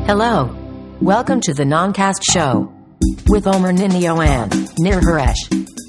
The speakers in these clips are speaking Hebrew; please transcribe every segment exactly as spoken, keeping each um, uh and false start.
Hello. Welcome to the Noncast Show with Omer Ninio and Nir Haresh.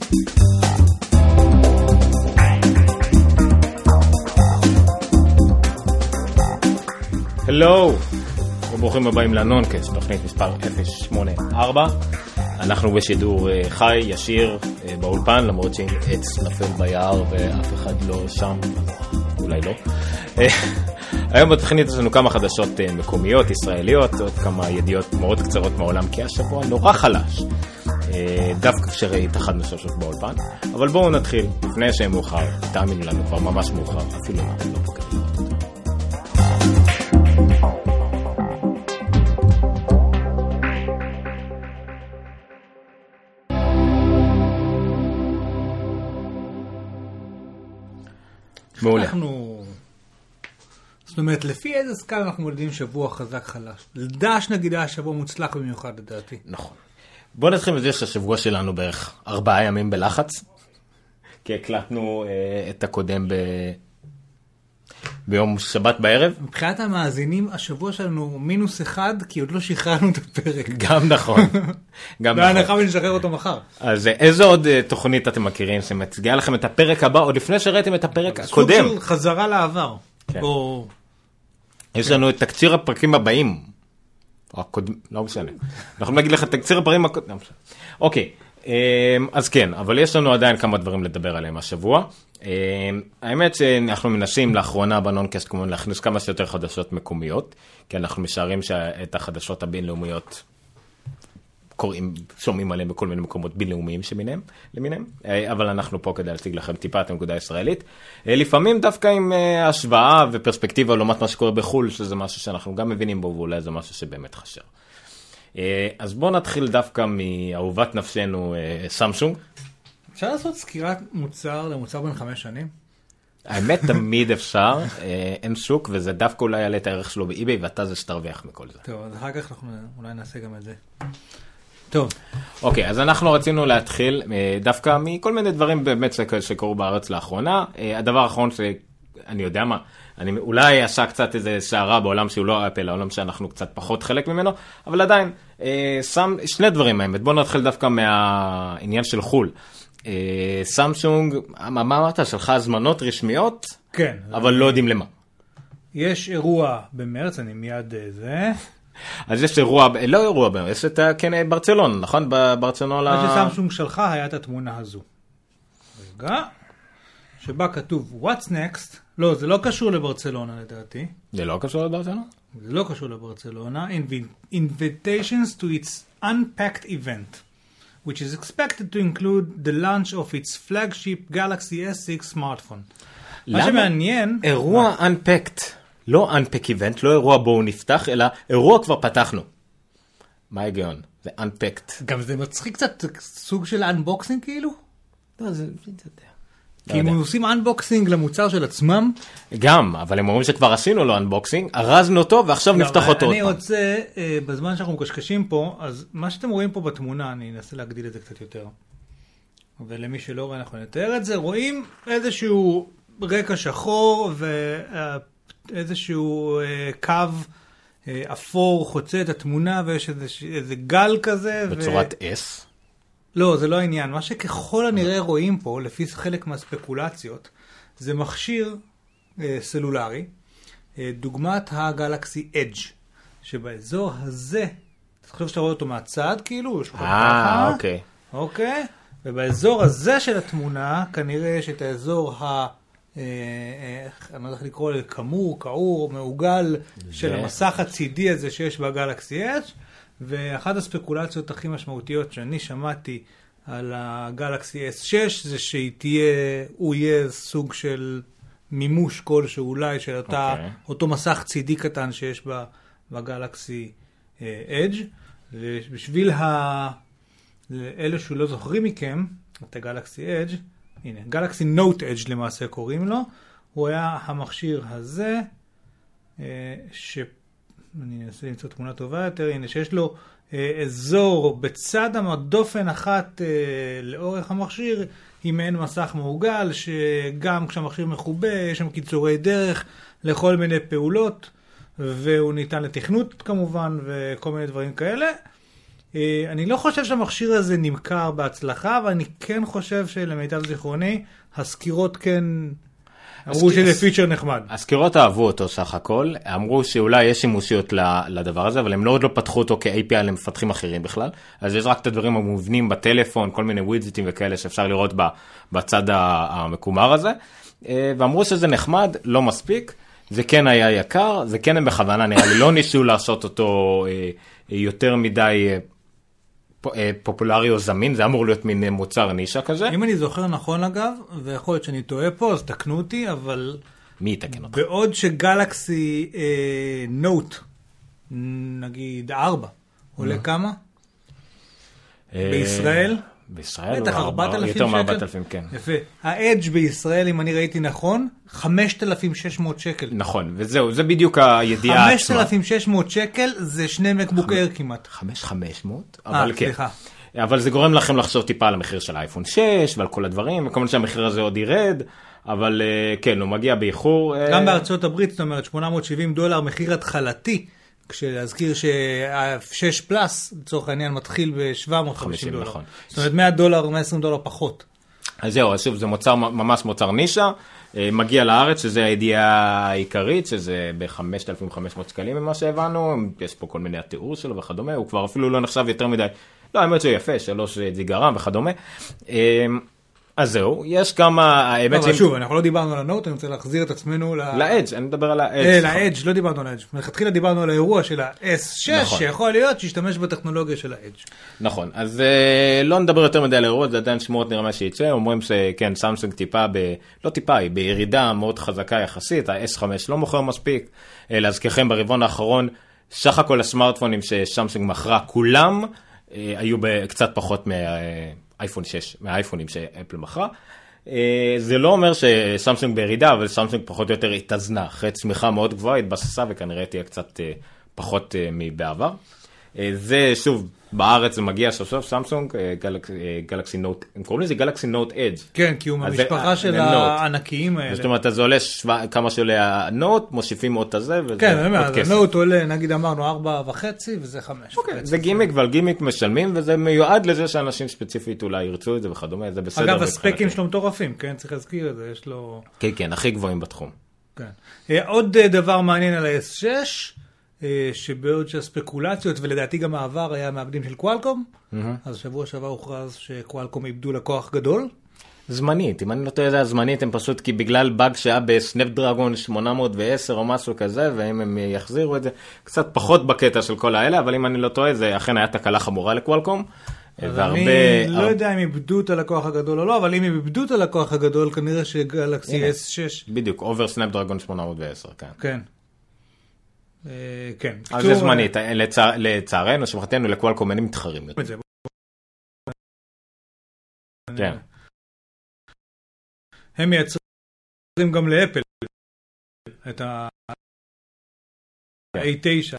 הלו, וברוכים הבאים לנונקאסט, תוכנית מספר אפס שמונה ארבע. אנחנו בשידור חי, ישיר, באולפן, למרות שאם עץ נפל ביער ואף אחד לא שם, אולי לא. היום בתוכנית יש לנו כמה חדשות מקומיות, ישראליות, עוד כמה ידיעות מאוד קצרות מהעולם, כי השבוע נורא חלש. דווקא שראיתחדנו סוף סוף באולפן. אבל בואו נתחיל, לפני שהם מאוחר, תאמינו לנו כבר ממש מאוחר, אפילו לא פוקדים. מעולה. אנחנו... זאת אומרת, לפי איזה סקאלה אנחנו מודדים שבוע חזק חלש? לדעש נגיד היה שבוע מוצלח במיוחד לדעתי. נכון. בואו נתחיל מזה שהשבוע שלנו בערך ארבעה ימים בלחץ. כי הקלטנו אה, את הקודם ב... ביום שבת בערב. מבחינת המאזינים, השבוע שלנו מינוס אחד, כי עוד לא שחררנו את הפרק. גם נכון. גם נכון. והנחה ונשחרר אותו מחר. אז איזו עוד uh, תוכנית אתם מכירים שמציגה לכם את הפרק הבא, עוד לפני שראיתם את הפרק הקודם? סוג של חזרה לעבר. כן. או... יש לנו את תקציר הפרקים הבאים. או הקודם, לא משנה. אנחנו נגיד לך תקציר הפרקים הקודם. אוקיי, אז כן, אבל יש לנו עדיין כמה דברים לדבר עליהם השבוע. האמת שאנחנו מנסים לאחרונה בנונקאסט כמובן להכניס כמה שיותר חדשות מקומיות, כי אנחנו משערים שאת החדשות הבינלאומיות קוראים, שומעים עליהם בכל מיני מקומות בינלאומיים שמיניהם, למיניהם, אבל אנחנו פה כדי להציג לכם טיפה את הנקודה הישראלית. לפעמים דווקא עם השוואה ופרספקטיבה לעומת מה שקורה בחול, שזה משהו שאנחנו גם מבינים בו, ואולי זה משהו שבאמת חשר. אז בואו נתחיל דווקא מאהובת נפשנו סמסונג. אפשר לעשות סקירת מוצר למוצר בין חמש שנים? האמת תמיד אפשר, אין שוק, וזה דווקא אולי יעלה את הערך שלו באי-ביי, ואתה זה שתרוויח מכל זה. טוב, אז אחר כך אנחנו אולי נעשה גם את זה. טוב. אוקיי, אז אנחנו רצינו להתחיל דווקא מכל מיני דברים באמת שקורו בארץ לאחרונה. הדבר האחרון שאני יודע מה, אני אולי עשה קצת איזה שערה בעולם שהוא לא אפל, העולם שאנחנו קצת פחות חלק ממנו, אבל עדיין, שם שני דברים האמת. בואו נתחיל דווקא מהעניין של חול. סמסונג, מה אמרת? שלך הזמנות רשמיות? כן. אבל לא יודעים למה. יש אירוע במרץ, אני מיד זה. אז יש אירוע, לא אירוע, יש את כן, ברצלונה, נכון? ברצלונה... מה שסמסונג שלך היה את התמונה הזו. רגע. שבה כתוב What's next? לא, זה לא קשור לברצלונה לדעתי. זה לא קשור לברצלונה? זה לא קשור לברצלונה. Invitations to its unpacked event, which is expected to include the launch of its flagship Galaxy אס סיקס smartphone. מה שמעניין... אירוע unpacked, לא unpack event, לא אירוע בואו נפתח, אלא אירוע כבר פתחנו. מה ההיגיון? זה unpacked. גם זה מצחיק קצת סוג של unboxing כאילו? לא, זה... כי אם עושים אנבוקסינג למוצר של עצמם... גם, אבל הם אומרים שכבר עשינו לו אנבוקסינג, ארזנו אותו ועכשיו נפתח אותו. אני רוצה, בזמן שאנחנו מקשקשים פה, אז מה שאתם רואים פה בתמונה, אני אנסה להגדיל את זה קצת יותר. ולמי שלא רואה אנחנו נתאר את זה, רואים איזשהו רקע שחור ואיזשהו קו אפור חוצה את התמונה, ויש איזה גל כזה. בצורת S? לא, זה לא העניין. מה שככל הנראה רואים פה, לפי חלק מהספקולציות, זה מכשיר אה, סלולרי, אה, דוגמת הגלקסי אדג', שבאזור הזה, אתה חושב שאתה רואה אותו מהצד, כאילו, יש לך ככה. אוקיי. אוקיי? ובאזור הזה של התמונה, כנראה יש את האזור ה... אה, אה, אני לא יודע איך לקרוא לזה, כמור, כעור, מעוגל, זה... של המסך הצידי הזה שיש בגלקסי אדג', ואחת הספקולציות הכי משמעותיות שאני שמעתי על הגלקסי אס סיקס זה שהוא יהיה סוג של מימוש כלשהו אולי של אותה, okay. אותו מסך צידי קטן שיש בגלקסי אדג'. ובשביל ה... אלה שלא זוכרים מכם את הגלקסי אדג', הנה, גלקסי נוט אדג' למעשה קוראים לו, הוא היה המכשיר הזה ש... אני אנסה למצוא תמונה טובה יותר, הנה שיש לו אה, אזור בצד הדופן אחת אה, לאורך המכשיר, עם מעין מסך מעוגל, שגם כשהמכשיר מחובה, יש שם קיצורי דרך לכל מיני פעולות, והוא ניתן לתכנות כמובן, וכל מיני דברים כאלה. אני לא חושב שהמכשיר הזה נמכר בהצלחה, אבל אני כן חושב שלמיטב זיכרוני, הסקירות כן אמרו שזה פיצ'ר נחמד. הסקירות אהבו אותו סך הכל, אמרו שאולי יש שימושיות לדבר הזה, אבל הם לא עוד לא פתחו אותו כ-איי פי איי למפתחים אחרים בכלל, אז יש רק את הדברים המובנים בטלפון, כל מיני ווידג'טים וכאלה שאפשר לראות בצד המקומר הזה, ואמרו שזה נחמד, לא מספיק, זה כן היה יקר, זה כן הם בכוונה, נראה לי לא ניסו לעשות אותו יותר מדי פופולרי או זמין, זה אמור להיות מין מוצר נישה כזה. אם אני זוכר נכון אגב, ויכול להיות שאני טועה פה, אז תקנו אותי, אבל... מי יתקן אותך? בעוד שגלקסי אה, נוט, נגיד ארבע, עולה כמה? אה, בישראל? בישראל בטח ארבעת אלפים יותר שקל? מ-ארבעת אלפים, כן. יפה. האדג' בישראל, אם אני ראיתי נכון, חמשת אלפים ושש מאות שקל. נכון, וזהו, זה בדיוק הידיעה עצמה. חמשת אלפים ושש מאות שקל זה שני מקבוק אייר כמעט. חמש אלף וחמש מאות? אה, סליחה. אבל זה גורם לכם לחשוב טיפה על המחיר של האייפון שש ועל כל הדברים, וכמובן שהמחיר הזה עוד ירד, אבל כן, הוא מגיע באיחור. גם בארצות הברית, זאת אומרת, שמונה מאות שבעים דולר מחיר התחלתי, כשלהזכיר ש-שש פלאס, לצורך העניין, מתחיל ב-שבע מאות וחמישים דולר. נכון. זאת אומרת, מאה דולר, מאה ועשרים דולר פחות. אז זהו, שוב, זה מוצר, ממש מוצר נישה, מגיע לארץ, שזה הידיעה העיקרית, שזה ב-חמשת אלפים וחמש מאות שקלים ממה שהבנו, יש פה כל מיני התיאור שלו וכדומה, הוא כבר אפילו לא נחשב יותר מדי, לא, האמת שיפה, שלוש ג'יגה וכדומה. אז זהו, יש כמה... אבל שוב, אנחנו לא דיברנו על הנוט, אני רוצה להחזיר את עצמנו לאדג', אני מדבר על האדג'. לאדג', לא דיברנו על האדג'. מלכתחילה דיברנו על האירוע של ה-אס שש, שיכול להיות שישתמש בטכנולוגיה של האדג'. נכון, אז לא נדבר יותר מדי על האירוע, זה עדיין שמועות נראה מה שייצא, אומרים שכן, סמסונג טיפה, לא טיפה, היא בירידה מאוד חזקה יחסית, ה-אס חמש לא מוכר מספיק, להזכירכם ברבעון האחרון, סך הכל הסמארטפונים שסמסונג מכרה, כולם היו קצת פחות מה... אייפון שש, מהאייפונים שאפל מכרה. זה לא אומר שסמסונג בירידה, אבל סמסונג פחות או יותר התאזנה, אחרי צמיחה מאוד גבוהה, התבססה וכנראה תהיה קצת פחות מבעבר. זה שוב, בארץ זה מגיע סוף סוף, סמסונג, גלקסי נוט, הם קוראים לזה גלקסי נוט אדג'. כן, כי הוא מהמשפחה של הענקיים האלה. זאת אומרת, אז זה עולה כמה שעולה הנוט, מוסיפים עוד הזה, כן, הנוט עולה, נגיד אמרנו, ארבע וחצי, וזה חמש. זה גימיק, ועל גימיק משלמים, וזה מיועד לזה שאנשים ספציפית אולי ירצו את זה וכדומה, זה בסדר. אגב, הספקים שלו מטורפים, כן, צריך להזכיר את זה, יש לו... כן, כן, הכי גבוהים בתחום. עוד דבר מעניין על ה-אס שש, שבעוד שהספקולציות, ולדעתי גם העבר היה מעבדים של קואלקום, אז שבוע שעבר הוכרז שקואלקום איבדו לקוח גדול. זמנית, אם אני לא טועה זה הזמנית, הם פשוט כי בגלל באג שהיה בסנפדרגון שמונה מאות ועשר או משהו כזה, ואם הם יחזירו את זה, קצת פחות בקטע של כל האלה, אבל אם אני לא טועה, זה אכן היה תקלה חמורה לקואלקום. אני לא יודע אם איבדו את הלקוח הגדול או לא, אבל אם איבדו את הלקוח הגדול, כנראה שגלקסי אס שש... בדיוק, אובר סנפדרגון שמונה מאות ועשר, כן. כן. כן. אז זה זמנית, לצערנו, שמחתנו לקואלקום אין מתחרים יותר. כן. הם מייצרים גם לאפל את ה-איי תשע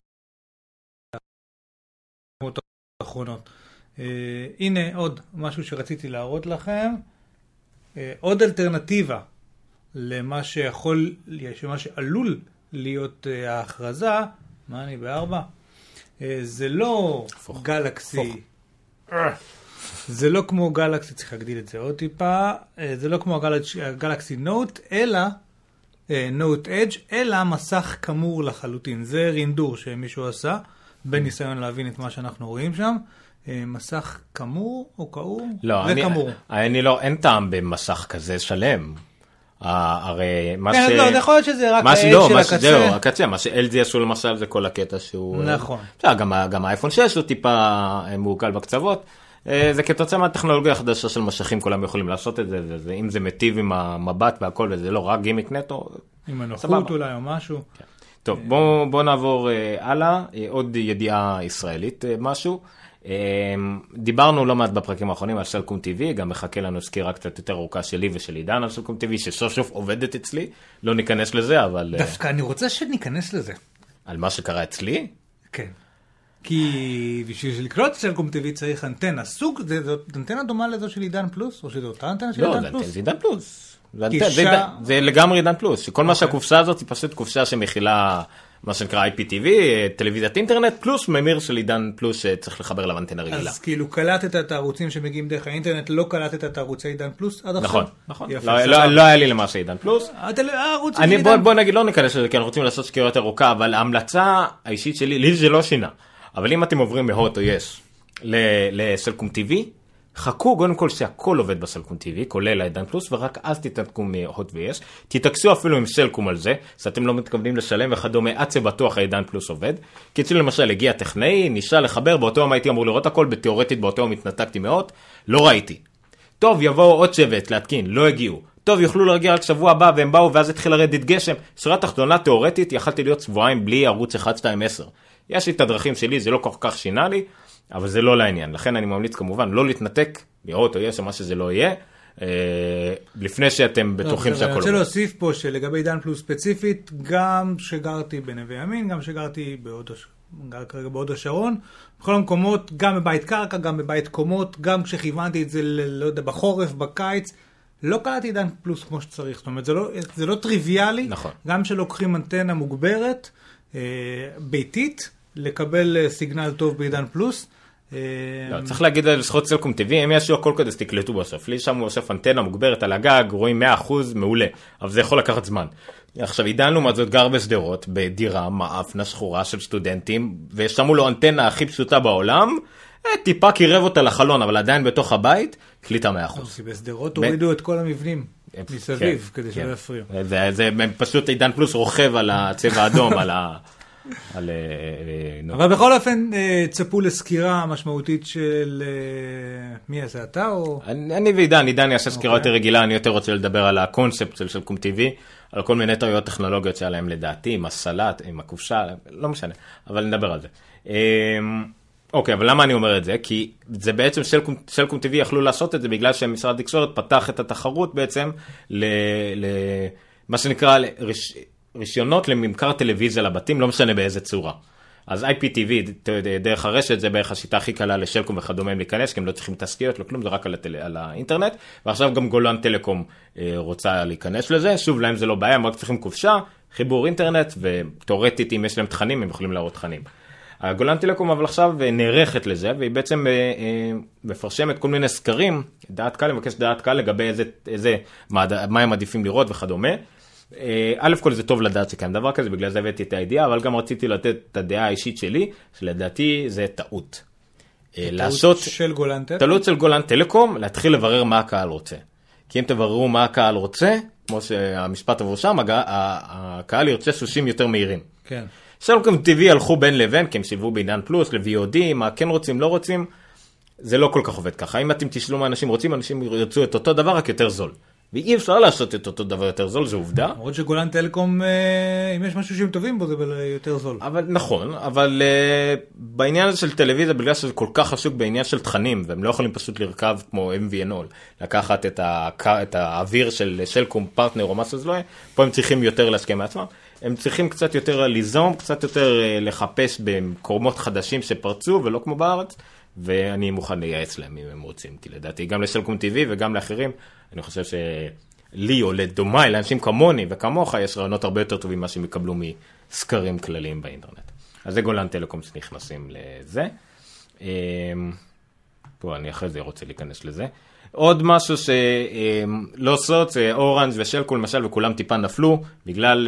האחרונות. הנה עוד משהו שרציתי להראות לכם. עוד אלטרנטיבה למה שיכול, מה שעלול להיות ההכרזה, מה אני בארבע? זה לא גלקסי, זה לא כמו גלקסי, צריך להגדיל את זה עוד טיפה, זה לא כמו הגלקסי נוט, אלא, נוט אדג', אלא מסך כמור לחלוטין. זה רינדור שמישהו עשה, בניסיון להבין את מה שאנחנו רואים שם. מסך כמור או כאור? לא, זה כמור. אני לא, אין טעם במסך כזה שלם. הרי מה ש... כן, לא, יכול להיות שזה רק האל של הקצה. זהו, הקצה, מה ש-אל ג'י עשו למשל זה כל הקטע שהוא... נכון. גם האייפון שש הוא טיפה מעוקל בקצוות. זה כתוצאה מהטכנולוגיה החדשה של משכים, כולם יכולים לעשות את זה, אם זה מטיב עם המבט והכל, וזה לא רק גימיק נטו. עם הנוחות אולי או משהו. טוב, בואו נעבור הלאה, עוד ידיעה ישראלית, משהו. דיברנו לא מעט בפרקים האחרונים על סלקום טי וי, גם מחכה לנו סקירה קצת יותר ארוכה שלי ושל עידן על סלקום טי וי, שסוף סוף עובדת אצלי, לא ניכנס לזה, אבל... דווקא אני רוצה שניכנס לזה. על מה שקרה אצלי? כן. כי בשביל לקלוט סלקום טי וי צריך אנטנה. סוג, זאת אנטנה דומה לזו של עידן פלוס? או שזו אותה אנטנה של עידן פלוס? לא, זה עידן פלוס. זה לגמרי עידן פלוס. כל מה שהקופסה הזאת היא פשוט קופסה שמכילה מה שנקרא איי פי טי וי, טלוויזיית אינטרנט, פלוס ממיר של עידן פלוס שצריך לחבר אליו אנטנה רגילה. אז כאילו קלטת את הערוצים שמגיעים דרך האינטרנט, לא קלטת את הערוצי עידן פלוס עד עכשיו? נכון, נכון. לא היה לי למעשה עידן פלוס. בוא נגיד, לא ניכנס לזה, כי אנחנו רוצים לעשות סקירה יותר ארוכה, אבל ההמלצה האישית שלי, לי זה לא שינה. אבל אם אתם עוברים מהוט או יס לסלקום טי וי, חכו קודם כל שהכל עובד בסלקום טי וי, כולל העידן פלוס, ורק אז תתעדכו מהוט ויס. תתעקסו אפילו עם סלקום על זה, שאתם לא מתכוונים לשלם וכדומה, עד שבטוח העידן פלוס עובד. כי אצלי למשל הגיע טכנאי, ניסה לחבר, באותו יום הייתי אמור לראות הכל, בתיאורטית באותו יום התנתקתי מהוט, לא ראיתי. טוב, יבואו עוד שבט להתקין, לא הגיעו. טוב, יוכלו להגיע רק שבוע הבא, והם באו, ואז התחיל לרדת גשם. שורה תחתונה תיאורטית, יכלתי להיות שבועיים בלי ערוץ אחת שתיים עשר. יש לי את הדרכים שלי, זה לא כל כך שינה לי, אבל זה לא לעניין. לכן אני ממליץ כמובן לא להתנתק, מהוט או יש מה שזה לא יהיה, לפני שאתם בטוחים שהכל עובד. אני רוצה להוסיף פה שלגבי עידן פלוס ספציפית, גם שגרתי בנווה ימין, גם שגרתי בהוד השרון, בכל המקומות, גם בבית קרקע, גם בבית קומות, גם כשכיוונתי את זה, לא יודע, בחורף, בקיץ, לא קלטתי עידן פלוס כמו שצריך. זאת אומרת, זה לא, זה לא טריוויאלי, נכון. גם שלוקחים אנטנה מוגברת, ביתית, לקבל סיגנל טוב בעידן פלוס. לא, צריך להגיד לזכות סלקום טי וי, אם יש לו הכל כדי שתקלטו בסוף. לי שם הוא אוסף אנטנה מוגברת על הגג, רואים מאה אחוז, מעולה, אבל זה יכול לקחת זמן. עכשיו, עידן לעומת זאת גר בשדרות, בדירה, מאפנה שחורה של סטודנטים, ושמו לו אנטנה הכי פשוטה בעולם, טיפה קירב אותה לחלון, אבל עדיין בתוך הבית, קליטה מאה אחוז. כי בסדרות הורידו את כל המבנים מסביב, כדי שלא יפריעו. זה פשוט עידן פלוס רוכב על הצבע האדום, על ה... על... אבל בכל אופן צפו לסקירה משמעותית של מי יעשה אתה או... אני ועידן, עידן יעשה סקירה יותר רגילה, אני יותר רוצה לדבר על הקונספט של סלקום טי וי, על כל מיני טעויות טכנולוגיות שהיה להם לדעתי, עם הסלט, עם הקופשה, לא משנה, אבל נדבר על זה. אוקיי, אבל למה אני אומר את זה? כי זה בעצם סלקום טי וי יכלו לעשות את זה בגלל שמשרד התקשורת פתח את התחרות בעצם למה שנקרא רישיונות לממכר טלוויזיה לבתים, לא משנה באיזה צורה. אז איי פי טי וי, דרך הרשת, זה בערך השיטה הכי קלה לשלקום וכדומה להיכנס, כי הם לא צריכים תסקיות, לא כלום, זה רק על, הטל... על האינטרנט, ועכשיו גם גולן טלקום אה, רוצה להיכנס לזה, שוב, להם זה לא בעיה, הם רק צריכים קופשה, חיבור אינטרנט, ותיאורטית, אם יש להם תכנים, הם יכולים להראות תכנים. הגולן טלקום אבל עכשיו נערכת לזה, והיא בעצם אה, אה, מפרשמת כל מיני סקרים, דעת קהל, מבקש דעת קהל לגבי איזה, איזה, מה, מה הם עדיפים לראות וכדומה. א' כל זה טוב לדעת שקיים דבר כזה, בגלל זה הבאתי את הידיעה, אבל גם רציתי לתת את הדעה האישית שלי, שלדעתי זה טעות. טעות של גולן טלקום? טעות של גולן טלקום, להתחיל לברר מה הקהל רוצה. כי אם תבררו מה הקהל רוצה, כמו שהמשפט עבור שם, הקהל ירצה סושים יותר מהירים. כן. סלקום טי וי הלכו בין לבין, כי הם שיוו בעידן פלוס, ל-וי או די, מה כן רוצים, לא רוצים, זה לא כל כך עובד ככה. אם אתם תשאלו מה אנשים רוצים, אנשים ירצו את אותו דבר, רק יותר זול. ואי אפשר לעשות את אותו דבר יותר זול, זה עובדה. למרות שגולן טלקום, אם יש משהו שהם טובים בו, זה יותר זול. אבל, נכון, אבל בעניין הזה של טלוויזיה, בגלל שזה כל כך חשוב בעניין של תכנים, והם לא יכולים פשוט לרכב כמו אם וי אן אול, לקחת את, ה, את האוויר של סלקום פרטנר או מה שזה לא יהיה, פה הם צריכים יותר להשקיע מעצמם. הם צריכים קצת יותר ליזום, קצת יותר לחפש במקומות חדשים שפרצו, ולא כמו בארץ, ואני מוכן לייעץ להם אם הם רוצים, כי לדעתי גם לסלקום טי וי וגם לאחרים, אני חושב שלי או לדומי, לאנשים כמוני וכמוך, יש רעיונות הרבה יותר טובים מה שהם יקבלו מסקרים כלליים באינטרנט. אז זה גולן טלקום שנכנסים לזה. פה אני אחרי זה רוצה להיכנס לזה. עוד משהו שלא סוד, זה אורנג' ושלקו למשל, וכולם טיפה נפלו, בגלל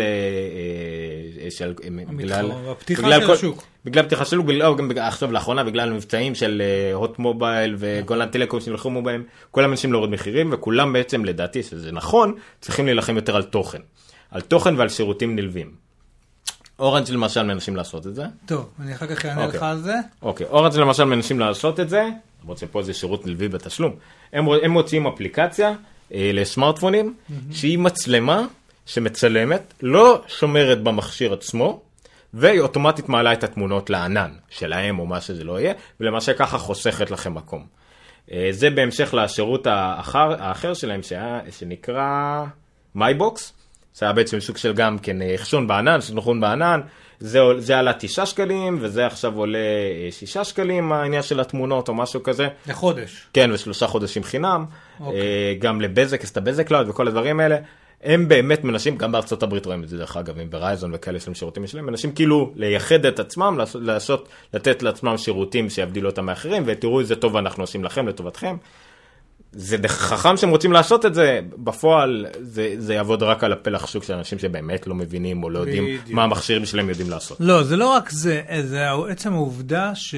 הפתיחה של השוק. בגלל פתיחה של השוק, גם עכשיו לאחרונה, בגלל מבצעים של הוט מובייל וגולן טלקום שנלחמו בהם, כולם אנשים להוריד מחירים, וכולם בעצם, לדעתי שזה נכון, צריכים להילחם יותר על תוכן. על תוכן ועל שירותים נלווים. אורנג' למשל מנסים לעשות את זה. טוב, אני אחר כך אענה לך על זה. אוקיי, אורנג' למשל מנסים לעשות את זה, למרות שפה זה שירות נלווי בתשלום. הם, הם מוציאים אפליקציה אה, לסמארטפונים, mm-hmm. שהיא מצלמה שמצלמת, לא שומרת במכשיר עצמו, והיא אוטומטית מעלה את התמונות לענן שלהם או מה שזה לא יהיה, ולמשל ככה חוסכת לכם מקום. אה, זה בהמשך לשירות האחר, האחר שלהם שהיה, שנקרא מייבוקס, זה היה בעצם סוג של גם כן חשון בענן, שנכון בענן, זה, זה עלה תשעה שקלים, וזה עכשיו עולה שישה שקלים, העניין של התמונות או משהו כזה. לחודש. כן, ושלושה חודשים חינם. Okay. גם לבזק, יש את הבזק קלאוד וכל הדברים האלה. הם באמת מנסים, גם בארצות הברית רואים את זה דרך אגב, עם ברייזון וכאלה של שירותים שלהם, מנסים כאילו לייחד את עצמם, לעשות, לתת לעצמם שירותים שיבדילו אותם מאחרים, ותראו איזה טוב אנחנו עושים לכם, לטובתכם. זה חכם שהם רוצים לעשות את זה, בפועל זה, זה יעבוד רק על הפלח שוק של אנשים שבאמת לא מבינים או לא יודעים בדיוק. מה המכשירים שלהם יודעים לעשות. לא, זה לא רק זה, זה עצם העובדה ש...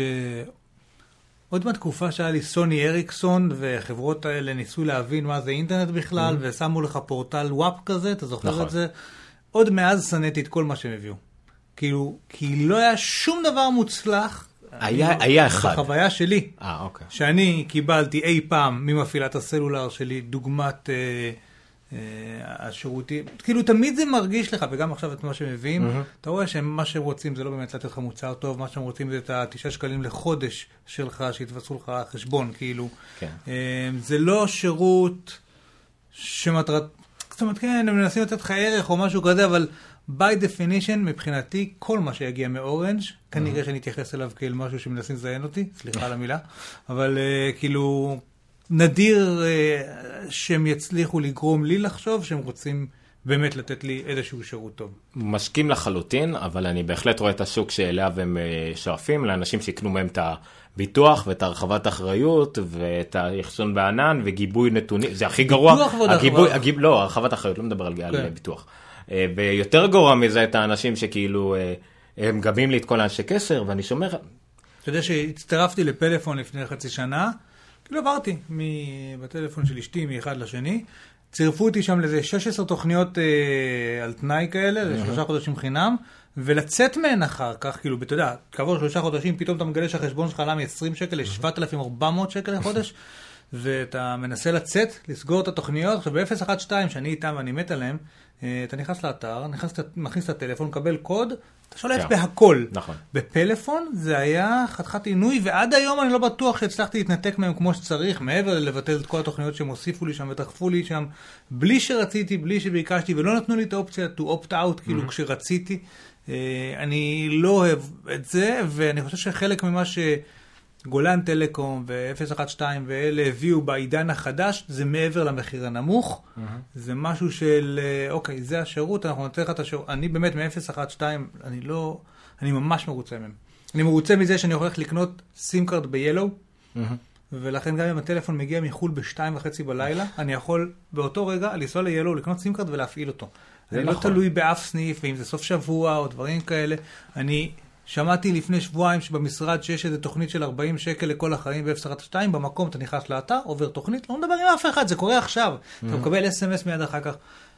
עוד מהתקופה שהיה לי סוני אריקסון, וחברות האלה ניסו להבין מה זה אינטרנט בכלל, mm-hmm. ושמו לך פורטל וואפ כזה, אתה זוכר נכון. את זה? עוד מאז שנאתי את כל מה שהם הביאו. כאילו, כי לא היה שום דבר מוצלח, היה, אני, היה אחד. החוויה שלי, 아, אוקיי. שאני קיבלתי אי פעם ממפעילת הסלולר שלי, דוגמת אה, אה, השירותים, כאילו תמיד זה מרגיש לך, וגם עכשיו את מה שהם מביאים, mm-hmm. אתה רואה שמה שהם רוצים זה לא באמת לתת לך מוצר טוב, מה שהם רוצים זה את התשעה שקלים לחודש שלך, שהתווספו לך חשבון, כאילו. כן. אה, זה לא שירות שמטרת, זאת אומרת, כן, הם מנסים לתת לך ערך או משהו כזה, אבל... by definition, מבחינתי, כל מה שיגיע מאורנג', כנראה שאני אתייחס אליו כאל משהו שמנסים לזיין אותי, סליחה על המילה, אבל uh, כאילו, נדיר uh, שהם יצליחו לגרום לי לחשוב שהם רוצים באמת לתת לי איזשהו שירות טוב. משקים לחלוטין, אבל אני בהחלט רואה את השוק שאליו הם uh, שואפים, לאנשים שיקנו מהם את הביטוח ואת הרחבת אחריות ואת היחסון בענן וגיבוי נתונים, זה הכי גרוע. ביטוח ועוד הגיבוי, הגיב, לא, הרחבת אחריות, לא מדבר על, okay. על ביטוח. ויותר גרוע מזה את האנשים שכאילו הם גבים לי את כל האנשי קשר, ואני שומר... אתה יודע שהצטרפתי לפלאפון לפני חצי שנה, כאילו עברתי בטלפון של אשתי מאחד לשני, צירפו אותי שם לזה שש עשרה תוכניות אה, על תנאי כאלה, זה שלושה חודשים חינם, ולצאת מהן אחר כך, כאילו, אתה יודע, כעבור שלושה חודשים פתאום אתה מגלה שהחשבון שלך עלה מ-עשרים שקל ל-שבעת אלפים וארבע מאות שקל לחודש, ואתה מנסה לצאת, לסגור את התוכניות, עכשיו ב-אפס אחת שתיים, שאני איתם ואני מת עליהם, אתה נכנס לאתר, מכניס את הטלפון, מקבל קוד, אתה שולט yeah. בהכל. נכון. בפלאפון זה היה חתיכת עינוי, ועד היום אני לא בטוח שהצלחתי להתנתק מהם כמו שצריך, מעבר לבטל את כל התוכניות שהם הוסיפו לי שם ודחפו לי שם, בלי שרציתי, בלי שביקשתי, ולא נתנו לי את האופציה to opt out, כאילו mm-hmm. כשרציתי. אני לא אוהב את זה, ואני חושב שחלק ממה ש... גולן טלקום ו-אפס אחת שתיים ואלה הביאו בעידן החדש, זה מעבר למחיר הנמוך, mm-hmm. זה משהו של, אוקיי, זה השירות, אנחנו נותן לך את השירות, אני באמת מ-אפס אחת שתיים, אני לא, אני ממש מרוצה מהם. אני מרוצה מזה שאני הולך לקנות סים קארד ב-Yellow, mm-hmm. ולכן גם אם הטלפון מגיע מחול בשתיים וחצי בלילה, אני יכול באותו רגע לנסוע ל-Yellow, לקנות סים קארד ולהפעיל אותו. אני נכון. לא תלוי באף סניף, ואם זה סוף שבוע או דברים כאלה, אני... שמעתי לפני שבועיים שבמשרד שיש איזו תוכנית של ארבעים שקל לכל החיים ב-אפס אחת שתיים, במקום אתה נכנס לאתר, עובר תוכנית, לא מדבר עם אף אחד, זה קורה עכשיו. Mm-hmm. אתה מקבל אס אם אס מיד אחר כך.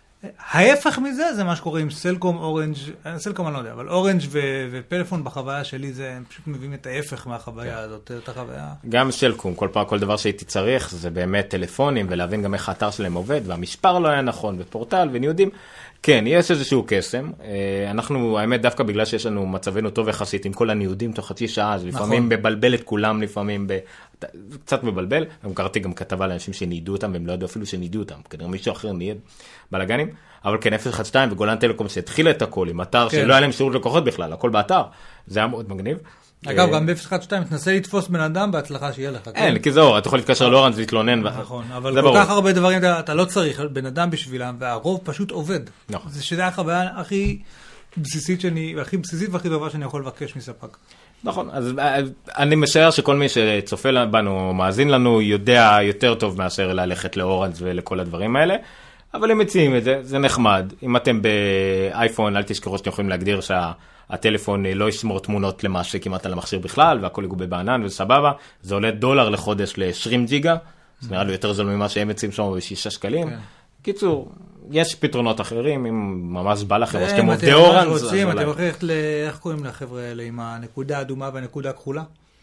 ההפך מזה זה מה שקורה עם סלקום, אורנג', סלקום אני לא יודע, אבל אורנג' ו- ופלאפון בחוויה שלי זה, הם פשוט מביאים את ההפך מהחוויה כן. הזאת, את החוויה. גם סלקום, כל פעם, כל דבר שהייתי צריך, זה באמת טלפונים, ולהבין גם איך האתר שלהם עובד, והמשפר לא היה נכון, ופורטל, וניודים. כן, יש איזשהו קסם. אנחנו, האמת, דווקא בגלל שיש לנו מצבנו טוב יחסית עם כל הניודים תוך חצי שעה, אז לפעמים נכון. מבלבל את כולם, לפעמים ב... קצת מבלבל. גם קראתי גם כתבה לאנשים שנידו אותם, והם לא ידעו אפילו שנידו אותם. כנראה מישהו אחר ניד בלגנים. אבל כן, אפס אחת שתיים וגולן טלקום שהתחילה את הכל, עם אתר כן. שלא היה להם שירות לקוחות בכלל, הכל באתר. זה היה מאוד מגניב. אגב, גם ב-אפס אחת שתיים, תנסה לתפוס בן אדם בהצלחה שיהיה לך. אין, כי זהו, אתה יכול להתקשר לאורנג' ולהתלונן. נכון, אבל כל כך הרבה דברים אתה לא צריך בן אדם בשבילם, והרוב פשוט עובד. נכון. זה שזה החוויה הכי בסיסית שאני, הכי בסיסית והכי טובה שאני יכול לבקש מספק. נכון, אז אני משער שכל מי שצופה בנו, מאזין לנו, יודע יותר טוב מאשר ללכת לאורנג' ולכל הדברים האלה. אבל הם מציעים את זה, זה נחמד. אם אתם באייפון, אל תשכחו שאתם יכולים להגדיר שהטלפון לא ישמור תמונות למעשה כמעט על המכשיר בכלל, והכל יגובה בענן וסבבה. זה עולה דולר לחודש ל-עשרים ג'יגה, זה נראה לי יותר זול ממה שהם מציעים שם בשישה שקלים. קיצור, יש פתרונות אחרים, אם ממש בא לכם, או שאתם עובדי אורנג' אז אולי. אתם הולכת ל... איך קוראים לחבר'ה האלה, עם הנקודה האדומה והנקודה הכחולה?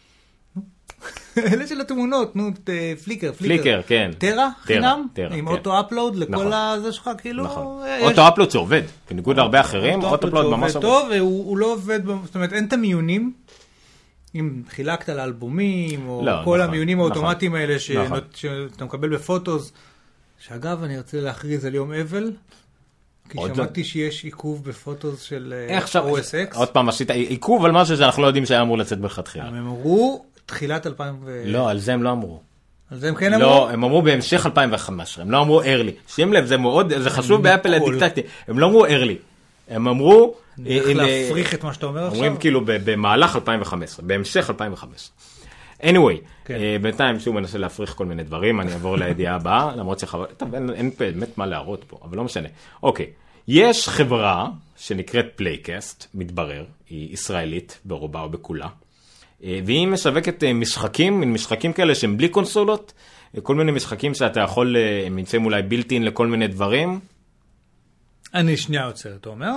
אלה של התמונות, נו, פליקר, פליקר, כן. טרה, חינם, עם אוטו-אפלוד לכל הזה שלך, כאילו... אוטו-אפלוד זה עובד, בניגוד להרבה אחרים, אוטו-אפלוד ממש עובד. טוב, הוא לא עובד, זאת אומרת, אין את המיונים, אם חילקת לאלבומים, או כל המיונים האוטומטיים האלה שאתה מקבל בפוטוס, שאגב, אני רוצה להכריז על יום אבל, כי שמעתי שיש עיכוב בפוטוס של או אס אקס. עוד פעם, עשית עיכוב על משהו שאנחנו לא יודעים שהיה אמור לצאת בכתחילה. הם אמרו... תחילת אלפיים ו... לא, על זה הם לא אמרו. אז הם כן אמרו? לא, הם אמרו בהמשך אלפיים וחמש עשרה, הם לא אמרו early. שים לב, זה מאוד, זה חשוב באפל הדיקטקטי. הם לא אמרו early. הם אמרו... אני הולך להפריך את מה שאתה אומר עכשיו? אומרים כאילו במהלך אלפיים וחמש עשרה, בהמשך אלפיים וחמש עשרה. anyway, בינתיים שהוא מנסה להפריך כל מיני דברים, אני אעבור לידיעה הבאה, למרות שחבר... טוב, אין באמת מה להראות פה, אבל לא משנה. אוקיי, יש חברה שנקראת פלייקאסט, מתברר, היא ישראלית ברובה או בכולה, והיא משווקת משחקים, משחקים כאלה שהם בלי קונסולות, כל מיני משחקים שאתה יכול, הם נמצאים אולי בילטין לכל מיני דברים. אני שנייה יוצר, אתה אומר?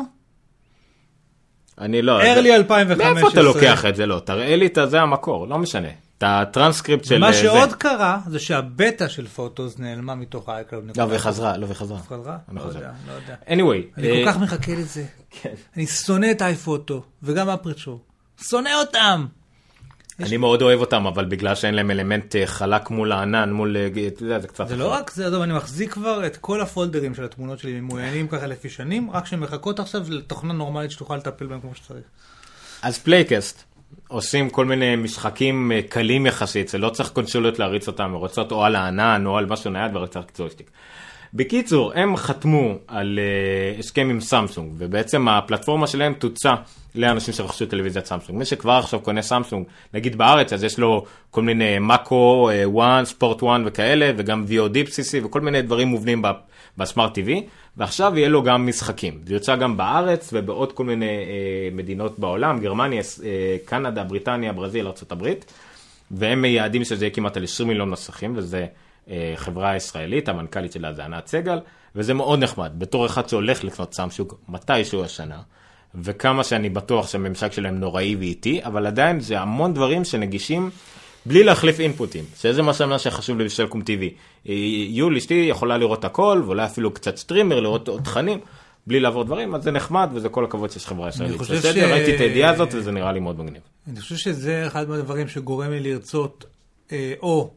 אני לא... early אלפיים וחמש עשרה. מאיפה אתה לוקח את זה? לא, תראה לי את זה המקור, לא משנה. את הטרנסקריפט של זה. מה שעוד קרה, זה שהבטא של פוטוס נעלמה מתוך האייקלאוד. לא, וחזרה, לא וחזרה. חזרה? לא יודע, לא יודע. anyway. אני כל כך מחכה לזה. אני שונא את האייפוטו, וגם אפריצ'ו. שונא אותם! אני מאוד אוהב אותם, אבל בגלל שאין להם אלמנט חלק מול הענן, מול... אתה יודע, זה קצת... זה לא רק זה, אני מחזיק כבר את כל הפולדרים של התמונות שלי ממוינים ככה לפי שנים, רק שהן מחכות עכשיו לתוכנה נורמלית שתוכל לטפל בהם כמו שצריך. אז פלייקאסט עושים כל מיני משחקים קלים יחסית, זה לא צריך קונסולות להריץ אותם, רוצות או על הענן או על משהו נייד ורצה קיצורסטיק. בקיצור, הם חתמו על uh, הסכם עם סמסונג, ובעצם הפלטפורמה שלהם תוצא לאנשים שרכשו טלוויזיית סמסונג. מי שכבר עכשיו קונה סמסונג, נגיד בארץ, אז יש לו כל מיני מקו, וואן, ספורט וואן וכאלה, וגם וי או די בסיסי, וכל מיני דברים מובנים בסמארט טי וי, ועכשיו יהיה לו גם משחקים. זה יוצא גם בארץ ובעוד כל מיני uh, מדינות בעולם, גרמניה, uh, קנדה, בריטניה, ברזיל, ארצות הברית, והם מייעדים שזה יהיה כמעט על עשרים מיליון נוסחים, וזה... חברה ישראלית, המנכ"לית שלה זה ענת סגל, וזה מאוד נחמד, בתור אחד שהולך לקנות סמסונג מתישהו השנה, וכמה שאני בטוח שהממשק שלהם נוראי ואיטי, אבל עדיין זה המון דברים שנגישים בלי להחליף אינפוטים, שזה מה שמה שחשוב לי בשלקום טי וי. יול, אשתי יכולה לראות הכל, ואולי אפילו קצת סטרימר, לראות עוד תכנים, בלי לעבור דברים, אז זה נחמד, וזה כל הכבוד שיש חברה ישראלית. ש... ראיתי את הידיעה הזאת, וזה נראה לי מאוד מגניב. אני חושב שזה אחד מהדברים שגורם לי לרצות, אה, או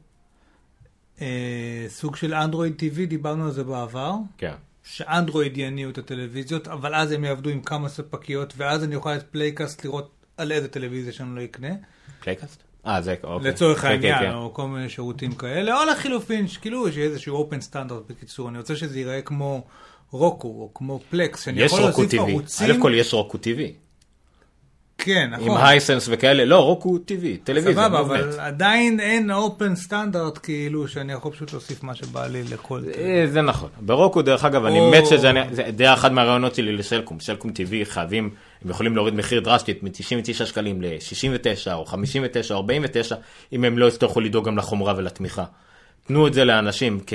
סוג של אנדרואיד טי וי, דיברנו על זה בעבר, כן. שאנדרואיד יניעו את הטלוויזיות, אבל אז הם יעבדו עם כמה ספקיות, ואז אני אוכל את פלייקאסט לראות על איזה טלוויזיה שאני לא אקנה. פלייקאסט? אה, זה, אוקיי. לצורך העניין, או כל מיני שירותים כאלה, או לחילופין, כאילו שיהיה איזשהו אופן סטנדרט בקיצור, אני רוצה שזה ייראה כמו רוקו, או כמו פלקס, שאני יכול להוסיף ערוצים. אלף כל יש רוקו טי וי. כן, נכון. עם הייסנס וכאלה, לא, רוקו טי וי, טלוויזיה. סבבה, אבל עדיין אין אופן סטנדרט, כאילו, שאני יכול פשוט להוסיף מה שבא לי לכל... זה נכון. ברוקו, דרך אגב, אני מת שזה, זה די אחד מהרעיונות שלי לשלקום. שלקום טי וי חייבים, הם יכולים להוריד מחיר דרסטית מ-תשעים ותשעה שקלים ל-שישים ותשע או חמישים ותשע או ארבעים ותשע, אם הם לא יצטרכו לדאוג גם לחומרה ולתמיכה. תנו את זה לאנשים כ...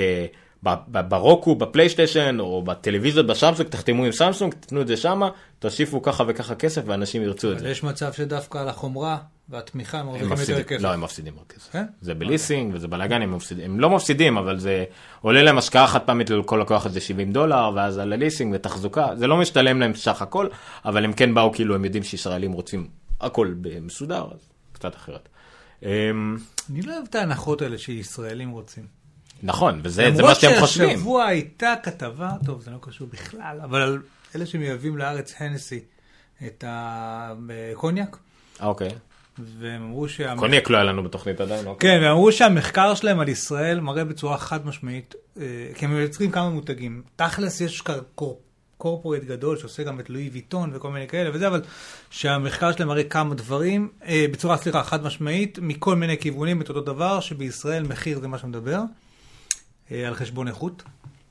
ברוקו, בפלייסטיישן, או בטלוויזיות בסמסונג, תחתמו עם סמסונג, תתנו את זה שמה, תוסיפו ככה וככה כסף, ואנשים ירצו את זה. אבל יש מצב שדווקא על החומרה, והתמיכה הם מרוויחים יותר כסף. לא, הם מפסידים יותר כסף. זה בליסינג, וזה בלגן, הם לא מפסידים, אבל זה עולה להם השקעה חד פעמית לכל לקוח הזה שבעים דולר, ואז על הליסינג ותחזוקה, זה לא משתלם להם סך הכל, אבל הם כן באו כאילו, הם יודעים שישראלים רוצים הכל במסודר, אז קצת אחרת. אני לא אוהב את ההנחות האלה שישראלים רוצים. נכון, וזה מה שאתם חושבים. למרות שהשבוע הייתה כתבה, טוב, זה לא קשור בכלל, אבל על אלה שמייבאים לארץ הנסי את הקוניאק. אוקיי. והם אמרו שה... קוניאק לא היה לנו בתוכנית עדיין, אוקיי. כן, והם אמרו שהמחקר שלהם על ישראל מראה בצורה חד משמעית, כי הם מייצרים כמה מותגים. תכלס יש קורפורט גדול שעושה גם את לואי ויטון וכל מיני כאלה וזה, אבל שהמחקר שלהם מראה כמה דברים, בצורה סליחה חד משמעית, מכל מיני כיוונים, את אותו דבר, שבישראל מחיר זה מה שמדבר. על חשבון איכות,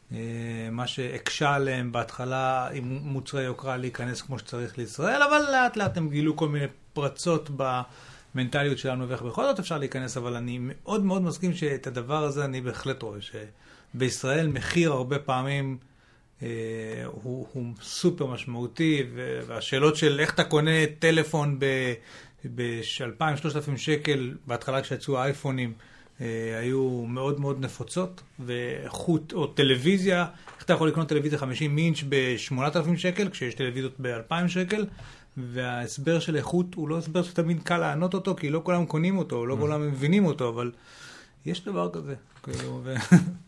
מה שהקשה עליהם בהתחלה עם מוצרי יוקרה להיכנס כמו שצריך לישראל, אבל לאט לאט הם גילו כל מיני פרצות במנטליות שלנו ואיך בכל זאת אפשר להיכנס, אבל אני מאוד מאוד מסכים שאת הדבר הזה אני בהחלט רואה, שבישראל מחיר הרבה פעמים הוא, הוא סופר משמעותי, והשאלות של איך אתה קונה טלפון ב-אלפיים שלושת אלפים שקל, בהתחלה כשיצאו האייפונים, היו מאוד מאוד נפוצות, ואיכות או טלוויזיה, איך אתה יכול לקנות טלוויזיה חמישים אינץ' ב-שמונת אלפים שקל, כשיש טלוויזיות ב-אלפיים שקל, וההסבר של איכות הוא לא הסבר שתמיד קל לענות אותו, כי לא כולם קונים אותו, לא כולם מבינים אותו, אבל יש דבר כזה, כאילו, ו...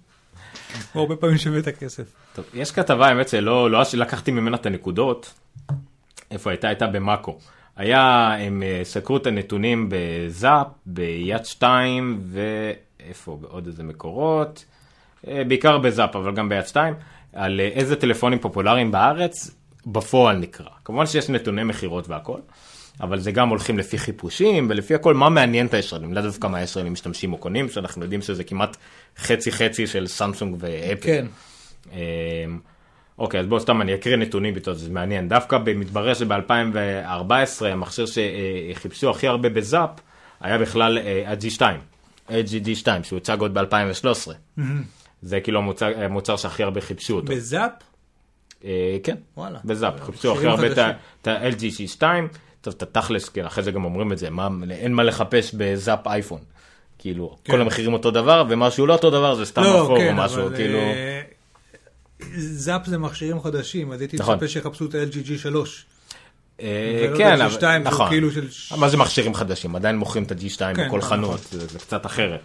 הוא הרבה פעמים שווה את הכסף. טוב, יש כתבה, האמת שלא, לא לקחתי ממנה את הנקודות, איפה הייתה, הייתה במאקו. היה, הם סקרו את הנתונים בזאפ, ביד שתיים איפה, בעוד איזה מקורות, בעיקר בזאפ, אבל גם ביד שתיים, על איזה טלפונים פופולריים בארץ, בפועל נקרא. כמובן שיש נתוני מחירות והכל, אבל זה גם הולכים לפי חיפושים, ולפי הכל, מה מעניין את הישראלים? לא דווקא מה הישראלים משתמשים או קונים, שאנחנו יודעים שזה כמעט חצי-חצי של סמסונג ואפל. כן. אוקיי, אז בואו סתם אני אקריא נתונים ביתו, זה מעניין. דווקא מתברר שב-אלפיים וארבע עשרה, המכשיר שחיפשו הכי הרבה בזאפ, היה בכלל ה-ג'י שתיים, ה-ג'י די שתיים, שהוצג עוד ב-אלפיים ושלוש עשרה. זה כאילו המוצר שהכי הרבה חיפשו אותו. בזאפ? כן, וואלה. בזאפ. חיפשו הכי הרבה את ה-אל ג'י ג'י שתיים, טוב, את התכלס, כן, אחרי זה גם אומרים את זה, אין מה לחפש בזאפ אייפון. כאילו, כל המחירים אותו דבר, ומשהו לא אותו דבר, זה סתם אפור או משהו, כאילו... זאפ זה מכשירים חדשים, אז הייתי מצפה שיחפשו את ה-אל ג'י ג'י שלוש. כן, נכון. מה זה מכשירים חדשים? עדיין מוכרים את ה-ג'י שתיים בכל חנות, זה קצת אחרת.